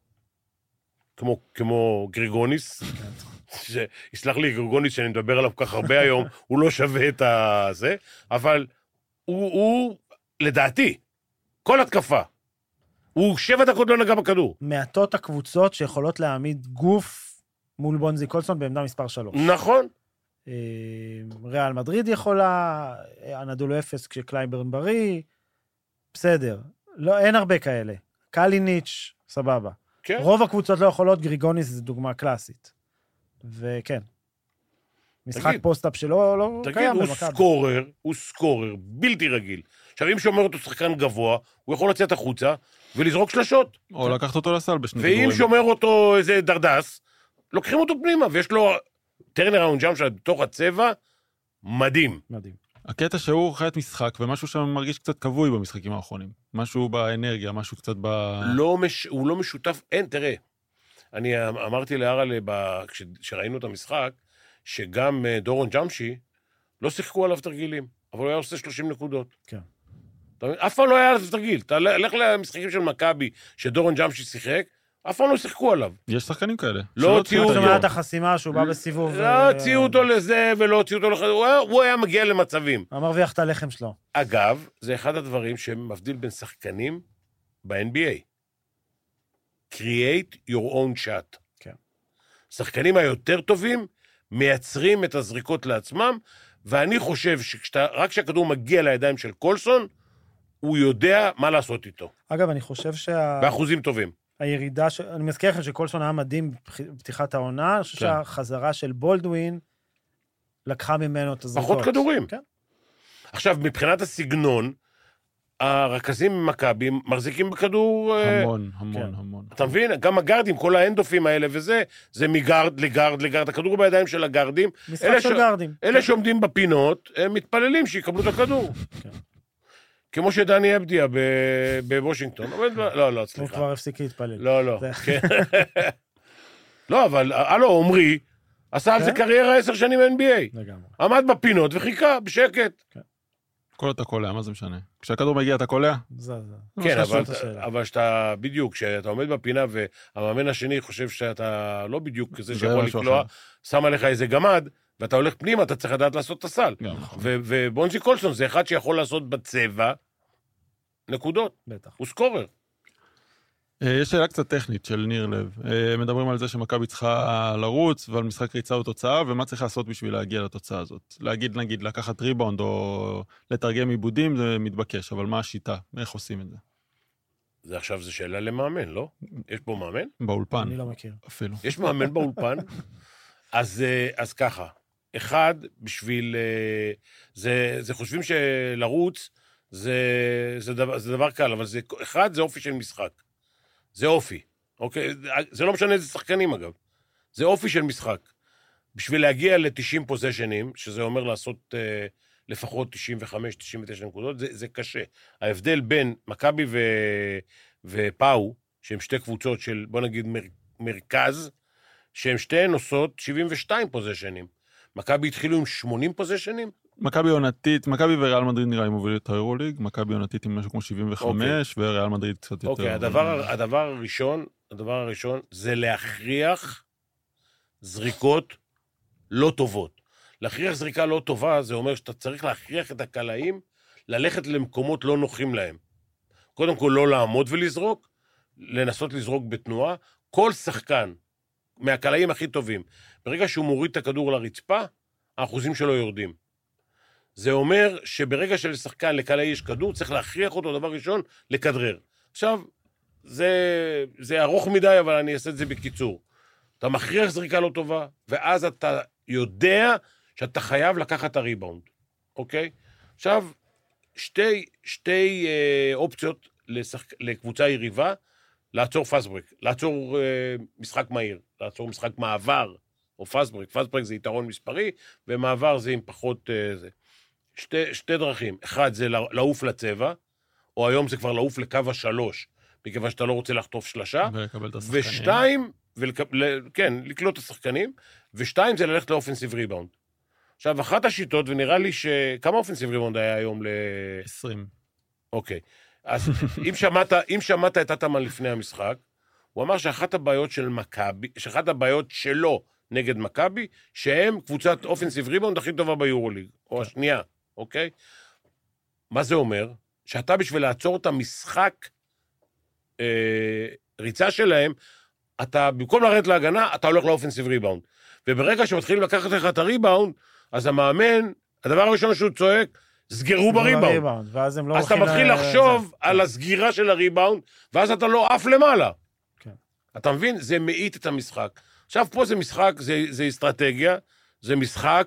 כמו גריגוניס, שיסלח לי גריגוניס שאני מדבר עליו כך הרבה היום, הוא לא שווה את זה, אבל הוא, לדעתי, כל התקפה, הוא שבע דקות לא נגע בכדור. מעטות הקבוצות שיכולות להעמיד גוף מול בונזי קולסון בעמדה מספר שלוש. נכון. ריאל מדריד יכולה, אנדולו אפס כשקלייברן בריא, בסדר. לא, אין הרבה כאלה. קליניץ', סבבה. כן. רוב הקבוצות לא יכולות, גריגוניס זו דוגמה קלאסית. וכן. משחק תגיד, פוסט-אפ שלו לא תגיד, קיים הוא במכבי. סקורר, הוא סקורר, בלתי רגיל. עכשיו, אם שומר אותו שחקן גבוה, הוא יכול לצאת החוצה ולזרוק שלשות. או לקחת אותו לסל בשני ואם כדורים. שומר אותו איזה דרדס, לוקחים אותו פנימה, ויש לו טרנר ג'אמפ של בתוך הצבע, מדהים. מדהים. הקטע שהוא חיית משחק, ומשהו שם מרגיש קצת כבוי במשחקים האחרונים. משהו באנרגיה, משהו קצת ב... לא מש... הוא לא משותף, אין, תראה. אני אמרתי לארלה, כשראינו את המשחק, שגם דורון ג'אמשי, לא שיחקו עליו תרגילים, אבל הוא היה עושה שלושים נקודות. כן. אף פעם לא היה עליו תרגיל. אתה הלך למשחקים של מכבי, שדורון ג'אמשי שיחק, אף פעם לא שיחקו עליו. יש שחקנים כאלה. לא הוציאו אותו. זאת אומרת החסימה שהוא בא בסיבוב. לא הוציאו אותו לזה, ולא הוציאו אותו לזה. הוא היה מגיע למצבים. המרוויח את הלחם שלו. אגב, זה אחד הדברים שמבדיל בין שחקנים ב-אן בי איי. Create your own shot. כן. שחקנים היותר טובים מייצרים את הזריקות לעצמם, ואני חושב שרק כשהכדור מגיע לידיים של קולסון, הוא יודע מה לעשות איתו. אגב, אני חושב שה... באחוזים טובים. הירידה, ש... אני מזכיר לכם שקולסון היה מדהים בפתיחת העונה, אני חושב כן. שהחזרה של בולדווין לקחה ממנו את הזריקות. פחות כדורים. כן. עכשיו, מבחינת הסגנון, הרכזים ממכבי מחזיקים בכדור... המון, המון, כן. המון. אתה מבין? גם הגרדים, כל האנדופים האלה וזה, זה מגרד לגרד לגרד, הכדור בידיים של הגרדים. משחק של ש... גרדים. אלה כן. שעומדים בפינות, הם מתפללים שיקבלו את הכדור. כן. כמו שדני אבדיה בוושינגטון. לא, לא, סליחה. הוא כבר הפסיק להתפלל. לא, לא. לא, אבל, הלו, עומרי, עשה על זה קריירה עשר שנים אן בי איי. עמד בפינות וחיכה, בשקט. כל אתה קולע, מה זה משנה? כשהכדור מגיע אתה קולע? זה, זה. כן, אבל שאתה, בדיוק, כשאתה עומד בפינה והמאמן השני חושב שאתה לא בדיוק זה שיכול לקלוע, שם עליך איזה גמד, ואתה הולך פנימה, אתה צריך לדעת לעשות את הסל. ובונזי קולסון זה אחד שיכול לעשות בצבע נקודות. בטח. הוא סקורר. יש שאלה קצת טכנית של ניר לב. מדברים על זה שמכבי צריכה לרוץ, ועל משחק ריצה או תוצאה, ומה צריך לעשות בשביל להגיע לתוצאה הזאת? להגיד, נגיד, לקחת ריבאונד או לתרגם עיבודים, זה מתבקש, אבל מה השיטה? איך עושים את זה? זה עכשיו זה שאלה למאמן, לא? יש פה מאמן? באולפן. אני לא מכיר. אפילו. יש מאמן באולפן? אז, אז ככה, אחד, בשביל, זה, זה חושבים שלרוץ, זה, זה, דבר, זה דבר קל, אבל זה, אחד, זה אופי של משחק. זה אופי, אוקיי? זה לא משנה איזה שחקנים, אגב. זה אופי של משחק. בשביל להגיע ל-תשעים פוזיישנים, שזה אומר לעשות אה, לפחות תשעים וחמש תשעים ותשע נקודות, זה, זה קשה. ההבדל בין מכבי ו... ופאו, שהם שתי קבוצות של, בוא נגיד, מר... מרכז, שהם שתיהן עושות שבעים ושתיים פוזיישנים. מכבי התחילו עם שמונים פוזיישנים? מכבי עונתית, מכבי וריאל מדריד נראה לי מוביל את האירוליג, מכבי עונתית עם משהו כמו שבעים וחמש, okay. וריאל מדריד קצת יותר. אוקיי, הדבר, הדבר הראשון, הדבר הראשון, זה להכריח זריקות לא טובות. להכריח זריקה לא טובה, זה אומר שאתה צריך להכריח את הקלעים, ללכת למקומות לא נוחים להם. קודם כל, לא לעמוד ולזרוק, לנסות לזרוק בתנועה. כל שחקן, מהקלעים הכי טובים, ברגע שהוא מוריד את הכדור לרצפה, האחוזים שלו יורדים. זה אומר שברגע שלשחקן לקלעי יש כדור, צריך להכריח אותו דבר ראשון, לכדרר. עכשיו, זה, זה ארוך מדי, אבל אני אעשה את זה בקיצור. אתה מכריח זריקה לא טובה, ואז אתה יודע שאתה חייב לקחת את הריבאונד, אוקיי? עכשיו, שתי, שתי אה, אופציות לשחק, לקבוצה יריבה, לעצור פאסט-ברק, לעצור אה, משחק מהיר, לעצור משחק מעבר, או פאסט-ברק. פאסט-ברק זה יתרון מספרי, ומעבר זה עם פחות... אה, זה. שתי, שתי דרכים. אחד זה לעוף לצבע, או היום זה כבר לעוף לקו השלוש, מכיוון שאתה לא רוצה לחטוף שלשה. ולקבל את השחקנים. ושתיים, ולק... כן, לקלוט את השחקנים, ושתיים זה ללכת לאופנסיב ריבאונד. עכשיו, אחת השיטות, ונראה לי ש... כמה אופנסיב ריבאונד היה היום ל... עשרים. אוקיי. אז אם שמעת, אם שמעת את אטמן לפני המשחק, הוא אמר שאחת הבעיות של מכבי, שאחת הבעיות שלו נגד מכבי, שהם קבוצת אופנסיב ריבאונד הכי טובה ביורוליג, או השנייה, אוקיי? מה זה אומר? שאתה בשביל לעצור את המשחק אה, ריצה שלהם, אתה, במקום לרדת להגנה, אתה הולך לאופנסיב ריבאונד. וברגע שמתחילים לקחת לך את הריבאונד, אז המאמן, הדבר הראשון שהוא צועק, סגרו בריבאונד. ואז הם לא אז אתה מתחיל לחשוב על הסגירה של הריבאונד, ואז אתה לא עף למעלה. אתה מבין? זה מעיט את המשחק. עכשיו פה זה משחק, זה, זה אסטרטגיה, זה משחק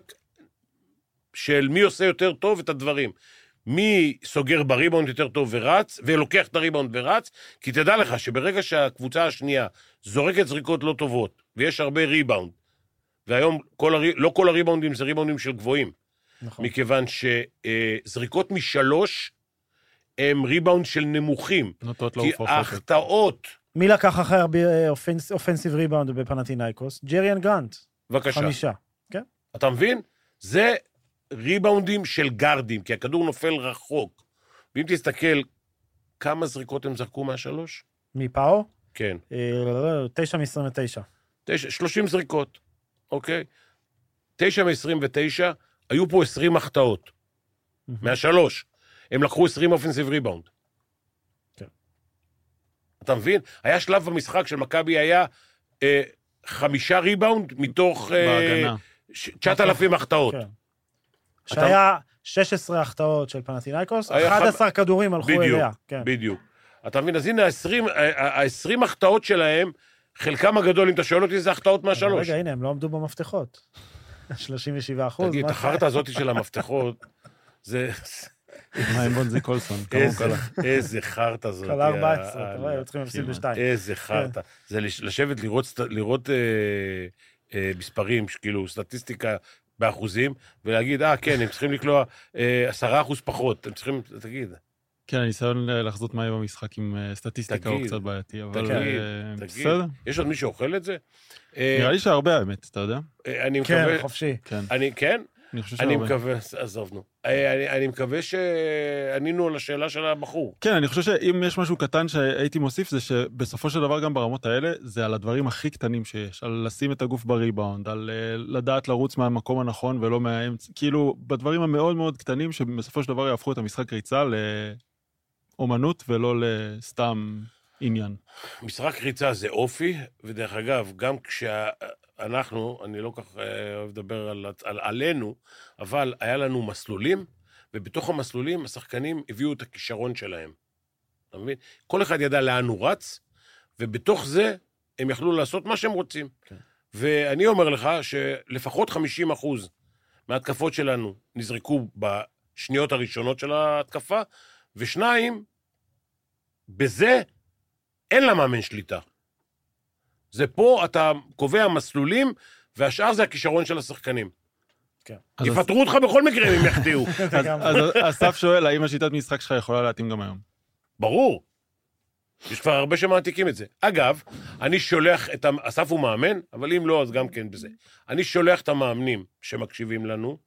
של מי עושה יותר טוב את הדברים. מי סוגר בריבאונד יותר טוב ורץ, ולוקח את הריבאונד ורץ, כי תדע לך שברגע שהקבוצה השנייה זורקת זריקות לא טובות, ויש הרבה ריבאונד, והיום כל הר... לא כל הריבאונדים זה ריבאונדים של גבוהים, נכון. מכיוון שזריקות משלוש הם ריבאונד של נמוכים, כי ההחטאות... מי לקח אחרי הרבה אופנס... אופנסיב ריבאונד בפנתינייקוס? ג'ריאן גרנט. בבקשה. חמישה, כן? אתה מבין? זה ריבאונדים של גרדים, כי הכדור נופל רחוק. ואם תסתכל, כמה זריקות הם זרקו מהשלוש? מפאו? כן. תשע מ-עשרים ותשע. שלושים זריקות, אוקיי? תשע מ-עשרים ותשע, היו פה עשרים החטאות. מהשלוש. הם לקחו עשרים אופנסיב ריבאונד. כן. אתה מבין? היה שלב במשחק של מכבי היה אה, חמישה ריבאונד מתוך אה, תשעת אלפים החטאות. כן. שהיה שש עשרה החטאות של פנתינייקוס, אחד עשר כדורים הלכו אליה. בדיוק. אתה מבין, אז הנה ה-עשרים החטאות שלהם, חלקם הגדול, אם אתה שואל אותי, זה החטאות מהשלוש. רגע, הנה, הם לא עמדו במפתחות. שלושים ושבעה אחוז. תגיד, החרטה הזאת של המפתחות, זה... מה עם בונזי קולסון? איזה חרטה זאת. קלה ארבע עשרה, אתה רואה, היו צריכים להפסיד בשתיים. איזה חרטה. זה לשבת לראות מספרים, כאילו, סטטיסטיקה באחוזים, ולהגיד, אה, כן, הם צריכים לקלוע עשרה אחוז פחות, הם צריכים, תגיד. כן, הניסיון לחזות מה יהיה במשחק עם סטטיסטיקה הוא קצת בעייתי, אבל בסדר. יש עוד מי שאוכל את זה? נראה לי שהרבה האמת, אתה יודע? אני מקווה... כן, חופשי. אני, כן? אני חושב שהרבה. אני מקווה, עזבנו. אני, אני מקווה שענינו על השאלה של הבחור. כן, אני חושב שאם יש משהו קטן שהייתי מוסיף, זה שבסופו של דבר גם ברמות האלה, זה על הדברים הכי קטנים שיש, על לשים את הגוף בריבאונד, על לדעת לרוץ מהמקום הנכון ולא מהאמצע, כאילו בדברים המאוד מאוד קטנים, שבסופו של דבר יהפכו את המשחק ריצה לאומנות ולא לסתם עניין. משחק ריצה זה אופי, ודרך אגב, גם כשה... אנחנו, אני לא כך אוהב לדבר על, על, עלינו, אבל היה לנו מסלולים, ובתוך המסלולים השחקנים הביאו את הכישרון שלהם. אתה מבין? כל אחד ידע לאן הוא רץ, ובתוך זה הם יכלו לעשות מה שהם רוצים. כן. ואני אומר לך שלפחות חמישים אחוז מההתקפות שלנו נזרקו בשניות הראשונות של ההתקפה, ושניים, בזה אין למאמן שליטה. זה פה אתה קובע מסלולים, והשאר זה הכישרון של השחקנים. כן. יפטרו אותך בכל מקרה אם יחטיאו. אז אסף שואל, האם השיטת משחק שלך יכולה להתאים גם היום? ברור. יש כבר הרבה שמעתיקים את זה. אגב, אני שולח את... אסף הוא מאמן, אבל אם לא, אז גם כן בזה. אני שולח את המאמנים שמקשיבים לנו.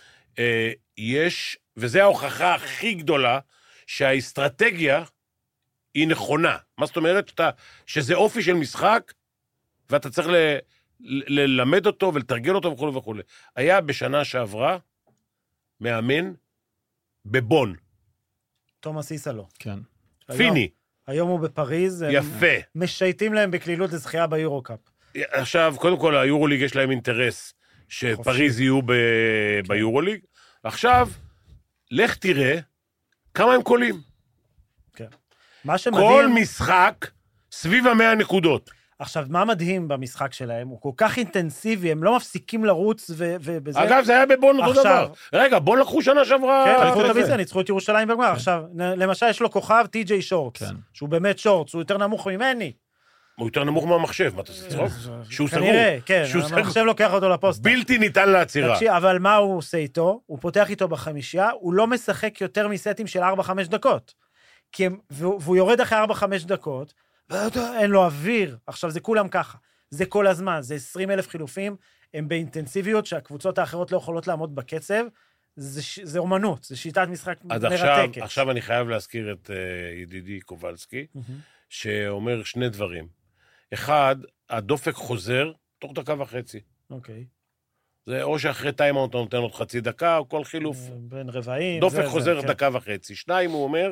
יש, וזו ההוכחה הכי גדולה, שהאסטרטגיה היא נכונה. מה זאת אומרת? שאתה, שזה אופי של משחק, ואתה צריך ל, ל, ללמד אותו ולתרגל אותו וכו' וכו'. היה בשנה שעברה מאמן בבון. תומאס איסלו. כן. פיני. היום הוא בפריז. יפה. משייטים להם בקלילות לזכייה ביורו-קאפ. עכשיו, קודם כל, היורוליג יש להם אינטרס שפריז יהיו ב, כן. ביורוליג. עכשיו, לך תראה כמה הם קולים. כן. מה שמדהים... כל משחק סביב המאה נקודות. עכשיו, מה מדהים במשחק שלהם? הוא כל כך אינטנסיבי, הם לא מפסיקים לרוץ ובזה. אגב, זה היה בבון אותו דבר. רגע, בון לקחו שנה שעברה. כן, לקחו את הביצה, ניצחו את ירושלים בגמר. עכשיו, למשל, יש לו כוכב טי.ג'יי שורטס, שהוא באמת שורטס, הוא יותר נמוך ממני. הוא יותר נמוך מהמחשב, מה אתה עושה צחוק? שהוא סגור. כנראה, כן, המחשב לוקח אותו לפוסט. בלתי ניתן לעצירה. אבל מה הוא עושה איתו? הוא פותח איתו בחמישייה, הוא לא משחק יותר מסטים של ארבע חמש דקות. והוא יורד אחרי ארבע חמש דקות, אין לו אוויר. עכשיו, זה כולם ככה. זה כל הזמן, זה עשרים אלף חילופים, הם באינטנסיביות שהקבוצות האחרות לא יכולות לעמוד בקצב. זה, זה אומנות, זה שיטת משחק מרתקת. עכשיו, עכשיו אני חייב להזכיר את uh, ידידי קובלסקי, mm-hmm. שאומר שני דברים. אחד, הדופק חוזר תוך דקה וחצי. אוקיי. זה או שאחרי טיימאוט אתה נותן עוד חצי דקה, או כל חילוף. בין רבעים. דופק זה, חוזר זה, דקה כן. וחצי. שניים, הוא אומר,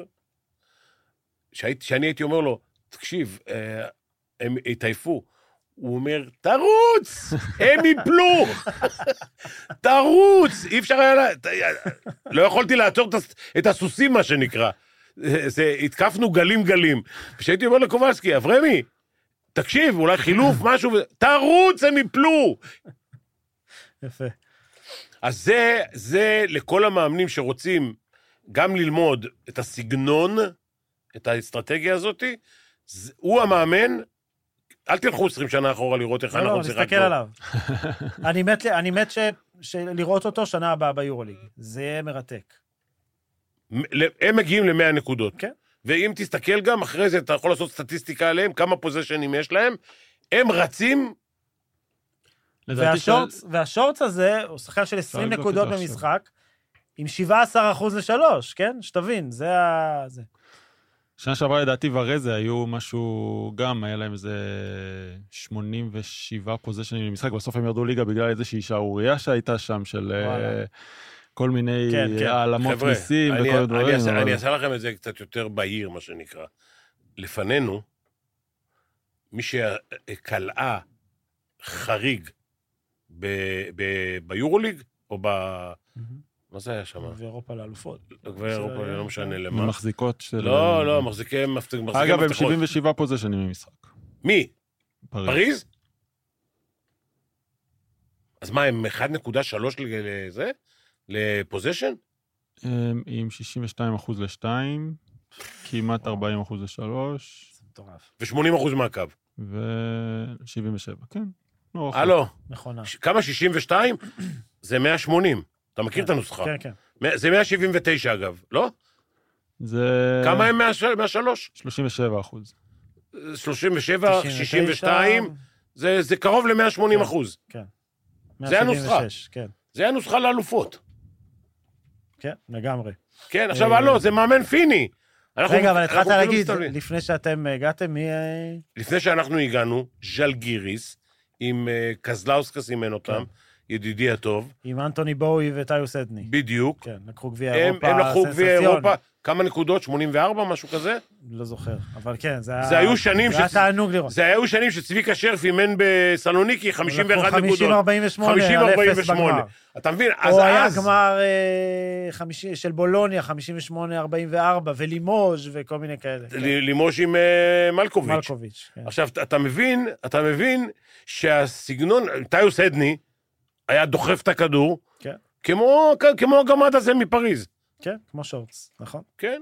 שהייתי, שאני הייתי אומר לו, תקשיב, אה, הם התעייפו. הוא אומר, תרוץ! הם יפלו! תרוץ! אי אפשר היה... לה... לא יכולתי לעצור את הסוסים, מה שנקרא. זה, התקפנו גלים גלים. כשהייתי אומר לקובלסקי, אברמי, תקשיב, אולי חילוף, משהו, תרוץ, הם יפלו! יפה. אז זה, זה לכל המאמנים שרוצים גם ללמוד את הסגנון, את האסטרטגיה הזאת, הוא המאמן, אל תלכו עשרים שנה אחורה לראות איך אנחנו צריכים... לא, נסתכל עליו. אני מת, אני מת ש, שלראות אותו שנה הבאה ביורוליג. זה מרתק. הם מגיעים ל-מאה נקודות. כן. ואם תסתכל גם, אחרי זה אתה יכול לעשות סטטיסטיקה עליהם, כמה פוזיישנים יש להם, הם רצים... והשורטס, ש... והשורטס הזה, הוא שחקן של עשרים נקודות במשחק, עם שבעה עשר אחוז לשלוש, כן? שתבין, זה ה... זה. שנה שעברה לדעתי ורזה היו משהו, גם היה להם איזה שמונים ושבעה פוזיישנים במשחק, בסוף הם ירדו ליגה בגלל איזושהי שערורייה שהייתה שם, של כל מיני העלמות מיסים וכל דברים. אני אעשה לכם את זה קצת יותר בהיר, מה שנקרא. לפנינו, מי שקלעה חריג ביורוליג, או ב... מה זה היה שם? ואירופה לאלופות. ואירופה, לא משנה למה. מחזיקות של... לא, לא, מחזיקי מפתחות. אגב, הם שבעים ושבעה פוזיישנים במשחק. מי? פריז? אז מה, הם אחת נקודה שלוש לזה? לפוזיישן? עם שישים ושתיים אחוז ל-שתיים, כמעט ארבעים אחוז ל-שלוש. זה מטורף. ו-שמונים אחוז מהקו. ו-שבעים ושבע, כן. הלו. נכונה. כמה שישים ושתיים? זה מאה ושמונים. אתה מכיר את הנוסחה? כן, כן. זה מאה שבעים ותשע אגב, לא? זה... כמה הם מהשלוש? שלושים ושבע אחוז. שלושים ושבע, שישים ושתיים, זה קרוב ל-מאה ושמונים אחוז. כן. זה הנוסחה. זה הנוסחה לאלופות. כן, לגמרי. כן, עכשיו, לא, זה מאמן פיני. רגע, אבל התחלת להגיד, לפני שאתם הגעתם, מי... לפני שאנחנו הגענו, ז'לגיריס, עם קזלאוסקס אימן אותם, ידידי הטוב. עם אנטוני בואי וטיוס אדני. בדיוק. כן, לקחו גביע אירופה. הם לקחו גביע אירופה, כמה נקודות? שמונים וארבע, משהו כזה? לא זוכר, אבל כן, זה היה... זה היו שנים ש... זה היה תענוג לראות. זה היו שנים שצביקה שרף אימן בסלוניקי, חמישים ואחת נקודות. חמישים ארבעים ושמונה, על אפס בגמר. אתה מבין? אז או היה גמר של בולוניה, חמישים ושמונה ארבעים וארבע, ולימוז' וכל מיני כאלה. לימוז' עם מלקוביץ'. מלקוביץ', כן. עכשיו, אתה מבין, אתה מבין שהסגנון, טיוס אדני, היה דוחף את הכדור, כן. כמו, כמו הגמד הזה מפריז. כן, כמו שורטס, נכון? כן.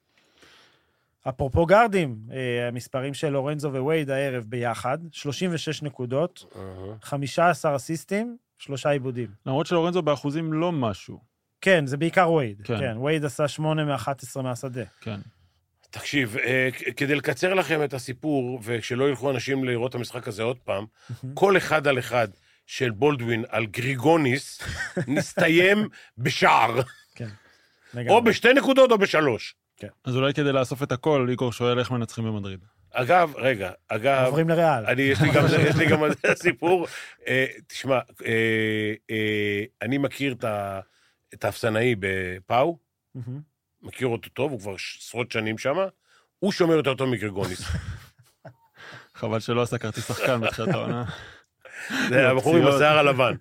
אפרופו גרדים, המספרים של לורנזו ווייד הערב ביחד, שלושים ושש נקודות, חמישה עשר אסיסטים, שלושה עיבודים. למרות שלורנזו באחוזים לא משהו. כן, זה בעיקר ווייד. כן. כן, ווייד עשה שמונה מאחת עשרה מהשדה. כן. תקשיב, כדי לקצר לכם את הסיפור, וכשלא ילכו אנשים לראות את המשחק הזה עוד פעם, כל אחד על אחד, של בולדווין על גריגוניס, נסתיים בשער. כן. או בשתי נקודות או בשלוש. כן. אז אולי כדי לאסוף את הכל, איגור שואל איך מנצחים במדריד. אגב, רגע, אגב... עוברים לריאל. אני, יש לי גם, יש לי גם סיפור. אה, תשמע, אה, אה, אני מכיר את, ה, את האפסנאי בפאו, מכיר אותו טוב, הוא כבר עשרות שנים שם, הוא שומר יותר טוב מגריגוניס. חבל שלא עשה כרטיס שחקן בתחילת העונה. זה הבחור עם השיער הלבן.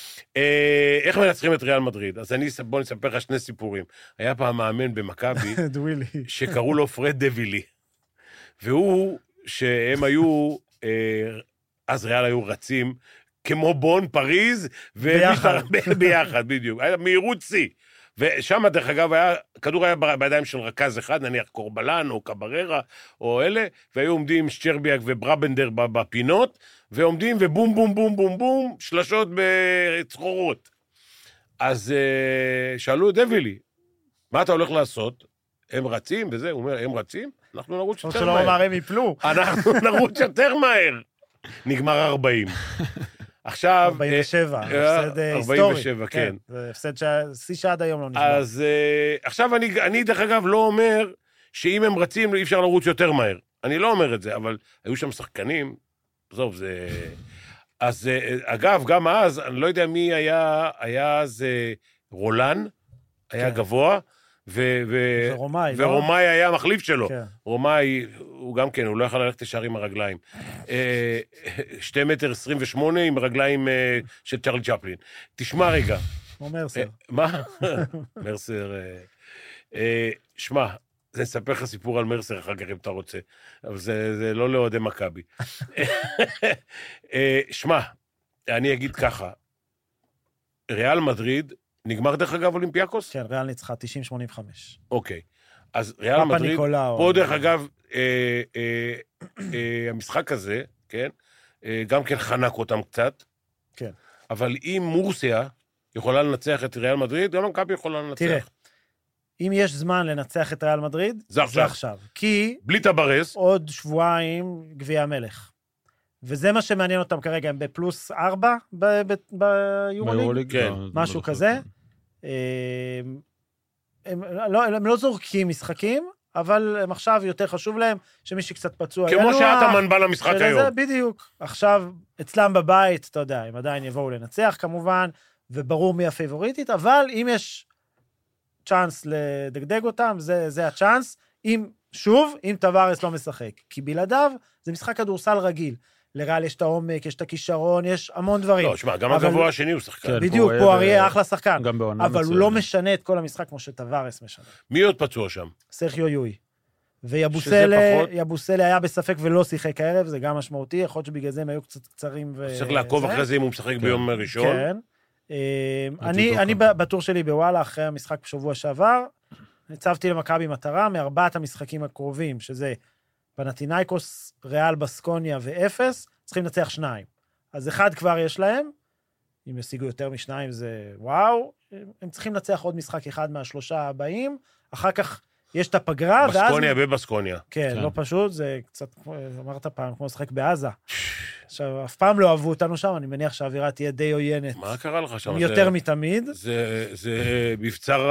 איך מנצחים את ריאל מדריד? אז אני, בוא נספר לך שני סיפורים. היה פעם מאמן במכבי, שקראו לו פרד דווילי. והוא, שהם היו אז ריאל היו רצים, כמו בון, פריז, ביחד. ביחד, בדיוק. היה מהירות שיא. ושם, דרך אגב, היה, כדור היה בידיים של רכז אחד, נניח קורבלן או קבררה, או אלה, והיו עומדים שצ'רביאק וברבנדר בפינות, ועומדים ובום, בום, בום, בום, בום, שלשות בצחורות. אז שאלו את אבילי, מה אתה הולך לעשות? הם רצים וזה, הוא אומר, הם רצים? אנחנו נרוץ יותר מהר. שלא אמר, הם יפלו. אנחנו נרוץ יותר מהר. נגמר ארבעים. עכשיו... ארבעים ושבע, הפסד היסטורי. ארבעים ושבע, כן. זה הפסד שיא שעד היום לא נשמע. אז עכשיו אני, אני דרך אגב לא אומר שאם הם רצים אי אפשר לרוץ יותר מהר. אני לא אומר את זה, אבל היו שם שחקנים, עזוב, זה... אז אגב, גם אז, אני לא יודע מי היה, היה אז רולן, היה גבוה, ו- ו- ורומאי, לא? ורומאי היה המחליף שלו. כן. רומאי, הוא גם כן, הוא לא יכול ללכת ישר עם הרגליים. שתי מטר עשרים ושמונה עם הרגליים של צ'רלי צ'פלין. תשמע רגע. כמו מרסר. מה? מרסר... שמע, זה נספר לך סיפור על מרסר אחר כך אם אתה רוצה, אבל זה, זה לא לאוהדי מכבי. שמע, אני אגיד ככה, ריאל מדריד, נגמר דרך אגב אולימפיאקוס? כן, ריאל ניצחה תשעים שמונים וחמש. אוקיי, אז ריאל מדריד, ניקולאו, פה דרך אגב, אה, אה, אה, המשחק הזה, כן, אה, גם כן חנק אותם קצת, כן. אבל אם מורסיה יכולה לנצח את ריאל מדריד, גם מכבי יכולה לנצח. תראה, אם יש זמן לנצח את ריאל מדריד, זה עכשיו. זה עכשיו. כי... בלי טברס. עוד שבועיים גביע המלך. וזה מה שמעניין אותם כרגע, הם בפלוס ארבע ביורוליג, כן. משהו כזה. הם לא, הם לא זורקים משחקים, אבל הם עכשיו יותר חשוב להם, שמי שקצת פצוע... כמו שאת המנבא למשחק היום. זה בדיוק. עכשיו, אצלם בבית, אתה יודע, הם עדיין יבואו לנצח כמובן, וברור מי הפייבוריטית, אבל אם יש צ'אנס לדגדג אותם, זה, זה הצ'אנס. אם, שוב, אם טווארס לא משחק. כי בלעדיו, זה משחק כדורסל רגיל. לריאל יש את העומק, יש את הכישרון, יש המון דברים. לא, שמע, גם הגבוה השני הוא שחקן. בדיוק, פה אריה אחלה שחקן. אבל הוא לא משנה את כל המשחק כמו שטווארס משנה. מי עוד פצוע שם? סרחיו יואי. ויבוסלה היה בספק ולא שיחק הערב, זה גם משמעותי, יכול להיות שבגלל זה הם היו קצת קצרים. צריך לעקוב אחרי זה אם הוא משחק ביום ראשון. כן. אני בטור שלי בוואלה, אחרי המשחק בשבוע שעבר, הצבתי למכבי מטרה מארבעת המשחקים הקרובים, שזה פנתינייקוס, ריאל בסקוניה ואפס, צריכים לנצח שניים. אז אחד כבר יש להם, אם ישיגו יותר משניים זה וואו, הם צריכים לנצח עוד משחק אחד מהשלושה הבאים, אחר כך יש את הפגרה, ואז... בסקוניה בבסקוניה. כן, לא פשוט, זה קצת, אמרת פעם, כמו לשחק בעזה. עכשיו, אף פעם לא אהבו אותנו שם, אני מניח שהאווירה תהיה די עוינת. מה קרה לך שם? יותר מתמיד. זה מבצר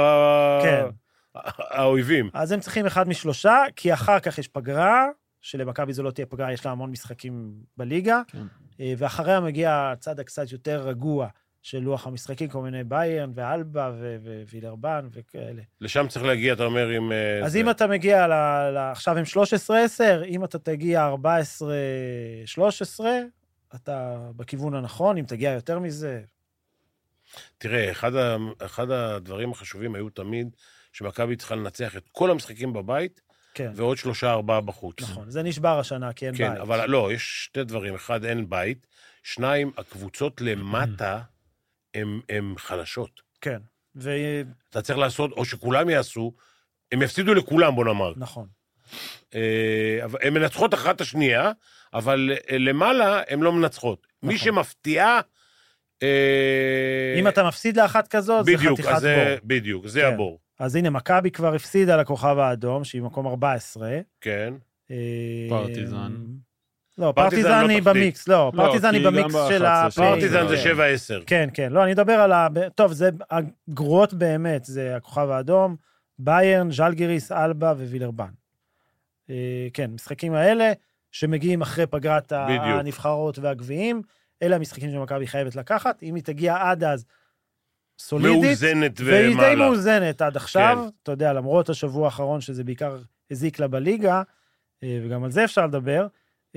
האויבים. אז הם צריכים אחד משלושה, כי אחר כך יש פגרה, שלמכבי זו לא תהיה פגרה, יש לה המון משחקים בליגה, ואחריה מגיע הצד הקצת יותר רגוע של לוח המשחקים, כל מיני ביירן ואלבה ווילרבן וכאלה. לשם צריך להגיע, אתה אומר, עם... אז אם אתה מגיע, עכשיו הם שלוש עשרה עשר, אם אתה תגיע ארבע עשרה שלוש עשרה, אתה בכיוון הנכון, אם תגיע יותר מזה. תראה, אחד הדברים החשובים היו תמיד, שמכבי צריכה לנצח את כל המשחקים בבית, כן. ועוד שלושה ארבעה בחוץ. נכון, זה נשבר השנה, כי אין כן, בית. אבל לא, יש שתי דברים. אחד, אין בית. שניים, הקבוצות למטה הם, הם חלשות. כן. ו... אתה צריך לעשות, או שכולם יעשו, הם יפסידו לכולם, בוא נאמר. נכון. הן מנצחות אחת השנייה, אבל למעלה הן לא מנצחות. נכון. מי שמפתיעה... אם אתה מפסיד לאחת כזאת, בדיוק, זה חתיכת זה, בור. בדיוק, זה כן. הבור. אז הנה, מכבי כבר הפסידה לכוכב האדום, שהיא מקום ארבע עשרה. כן. פרטיזן. לא, פרטיזן היא במיקס, לא, פרטיזן היא במיקס של ה... פרטיזן זה שבע עשר. כן, כן, לא, אני אדבר על ה... טוב, זה הגרועות באמת, זה הכוכב האדום, ביירן, ז'לגיריס, אלבה ווילרבן. כן, משחקים האלה, שמגיעים אחרי פגרת הנבחרות והגביעים, אלה המשחקים שמכבי חייבת לקחת, אם היא תגיע עד אז סולידית, מאוזנת והיא די מאוזנת עד עכשיו, כן. אתה יודע, למרות השבוע האחרון שזה בעיקר הזיק לה בליגה, וגם על זה אפשר לדבר,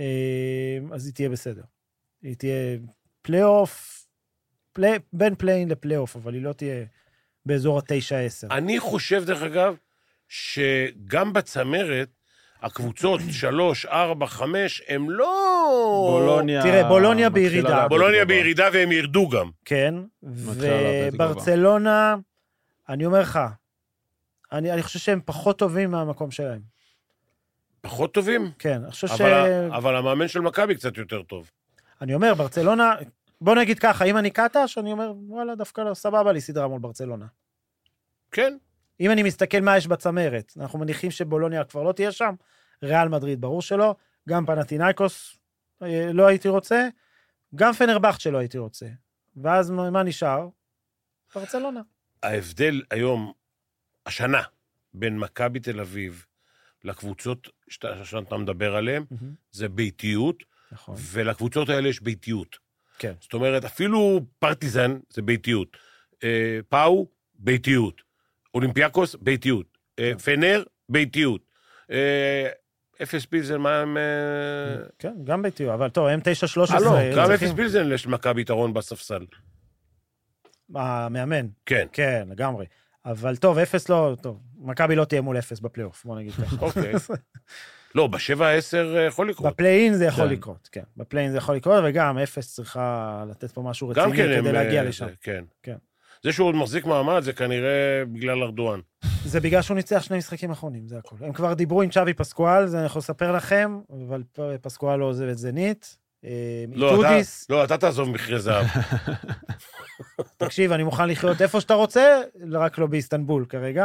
אז היא תהיה בסדר. היא תהיה פלייאוף, פלי, בין פליין לפלייאוף, אבל היא לא תהיה באזור התשע עשר. אני חושב, דרך אגב, שגם בצמרת, הקבוצות שלוש, ארבע, חמש, הם לא או... בולוניה... תראה, בולוניה בירידה. בולוניה בירידה והם ירדו גם. כן, וברצלונה, אני אומר לך, אני, אני חושב שהם פחות טובים מהמקום שלהם. פחות טובים? כן, אני חושב ש... אבל המאמן של מכבי קצת יותר טוב. אני אומר, ברצלונה, בוא נגיד ככה, אם אני קטש, אני אומר, וואלה, דווקא לא, סבבה לי סדרה מול ברצלונה. כן. אם אני מסתכל מה יש בצמרת, אנחנו מניחים שבולוניה כבר לא תהיה שם, ריאל מדריד, ברור שלא, גם פנתינייקוס לא הייתי רוצה, גם פנרבכט שלא הייתי רוצה. ואז מה נשאר? ברצלונה. ההבדל היום, השנה, בין מכבי תל אביב לקבוצות שאתה, שאתה מדבר עליהן, mm-hmm. זה ביתיות, נכון. ולקבוצות האלה יש ביתיות. כן. זאת אומרת, אפילו פרטיזן זה ביתיות. אה, פאו, ביתיות. אולימפיאקוס, ביתיות. אה, פנר, ביתיות. אה, אפס פילזן, מה הם... כן, גם ביתיות, אבל טוב, הם תשע שלוש עשרה. לא, גם אפס פילזן יש מכבי יתרון בספסל. המאמן. כן. כן, לגמרי. אבל טוב, אפס לא, טוב, מכבי לא תהיה מול אפס בפלייאוף, בוא נגיד ככה. אוקיי. לא, בשבע עשר יכול לקרות. בפליין זה יכול לקרות, כן. בפליין זה יכול לקרות, וגם אפס צריכה לתת פה משהו רציני כדי להגיע לשם. כן. כן. זה שהוא עוד מחזיק מעמד, זה כנראה בגלל ארדואן. זה בגלל שהוא ניצח שני משחקים אחרונים, זה הכל. הם כבר דיברו עם צ'אבי פסקואל, זה אני יכול לספר לכם, אבל פסקואל לא עוזב את זנית. לא, אתה תעזוב מכרי זהב. תקשיב, אני מוכן לחיות איפה שאתה רוצה, רק לא באיסטנבול כרגע.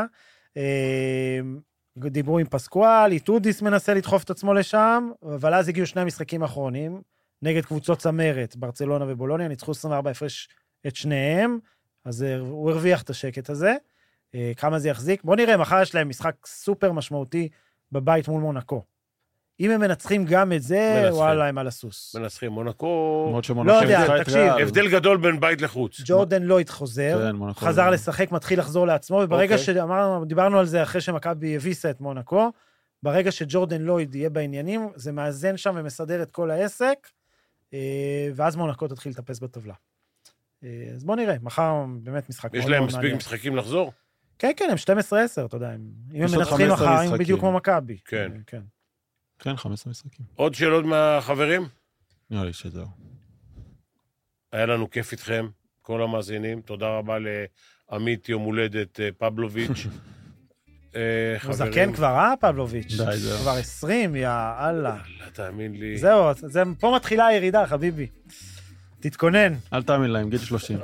דיברו עם פסקואל, איטודיס מנסה לדחוף את עצמו לשם, אבל אז הגיעו שני משחקים אחרונים, נגד קבוצות צמרת, ברצלונה ובולוניה, ניצחו עשרים וארבע הפרש את שניהם, אז הוא הרוויח את השקט הזה. כמה זה יחזיק? בוא נראה, מחר יש להם משחק סופר משמעותי בבית מול מונקו. אם הם מנצחים גם את זה, מנצחים. וואלה, הם על הסוס. מנצחים, מונקו... לא יודע, תקשיב. הבדל גדול בין בית לחוץ. ג'ורדן לויד חוזר, כן, חזר לשחק, מתחיל לחזור לעצמו, וברגע אוקיי. שאמרנו, דיברנו על זה אחרי שמכבי הביסה את מונקו, ברגע שג'ורדן לויד יהיה בעניינים, זה מאזן שם ומסדר את כל העסק, ואז מונקו תתחיל לטפס בטבלה. אז בוא נראה, מחר באמת משחק. יש להם מספיק משחקים לחזור? כן, כן, הם שתים עשרה עשר, אתה יודע, אם הם מנצחים מחר, הם בדיוק כמו מכבי. כן. כן. כן, חמישה עשר משחקים. עוד שאלות מהחברים? נראה לי שזהו. היה לנו כיף איתכם, כל המאזינים. תודה רבה לעמית יום הולדת פבלוביץ'. הוא זקן כבר, אה, פבלוביץ'? די, זהו. כבר עשרים, יא אללה. לא, תאמין לי. זהו, פה מתחילה הירידה, חביבי. תתכונן. אל תאמין להם, גיל שלושים.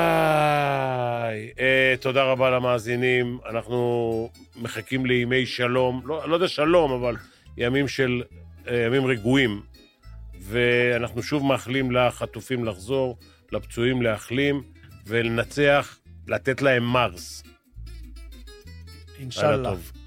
תודה רבה למאזינים. אנחנו מחכים לימי שלום. לא יודע שלום, אבל... ימים של, ימים רגועים, ואנחנו שוב מאחלים לחטופים לחזור, לפצועים להחלים, ולנצח, לתת להם מרס. אינשאללה.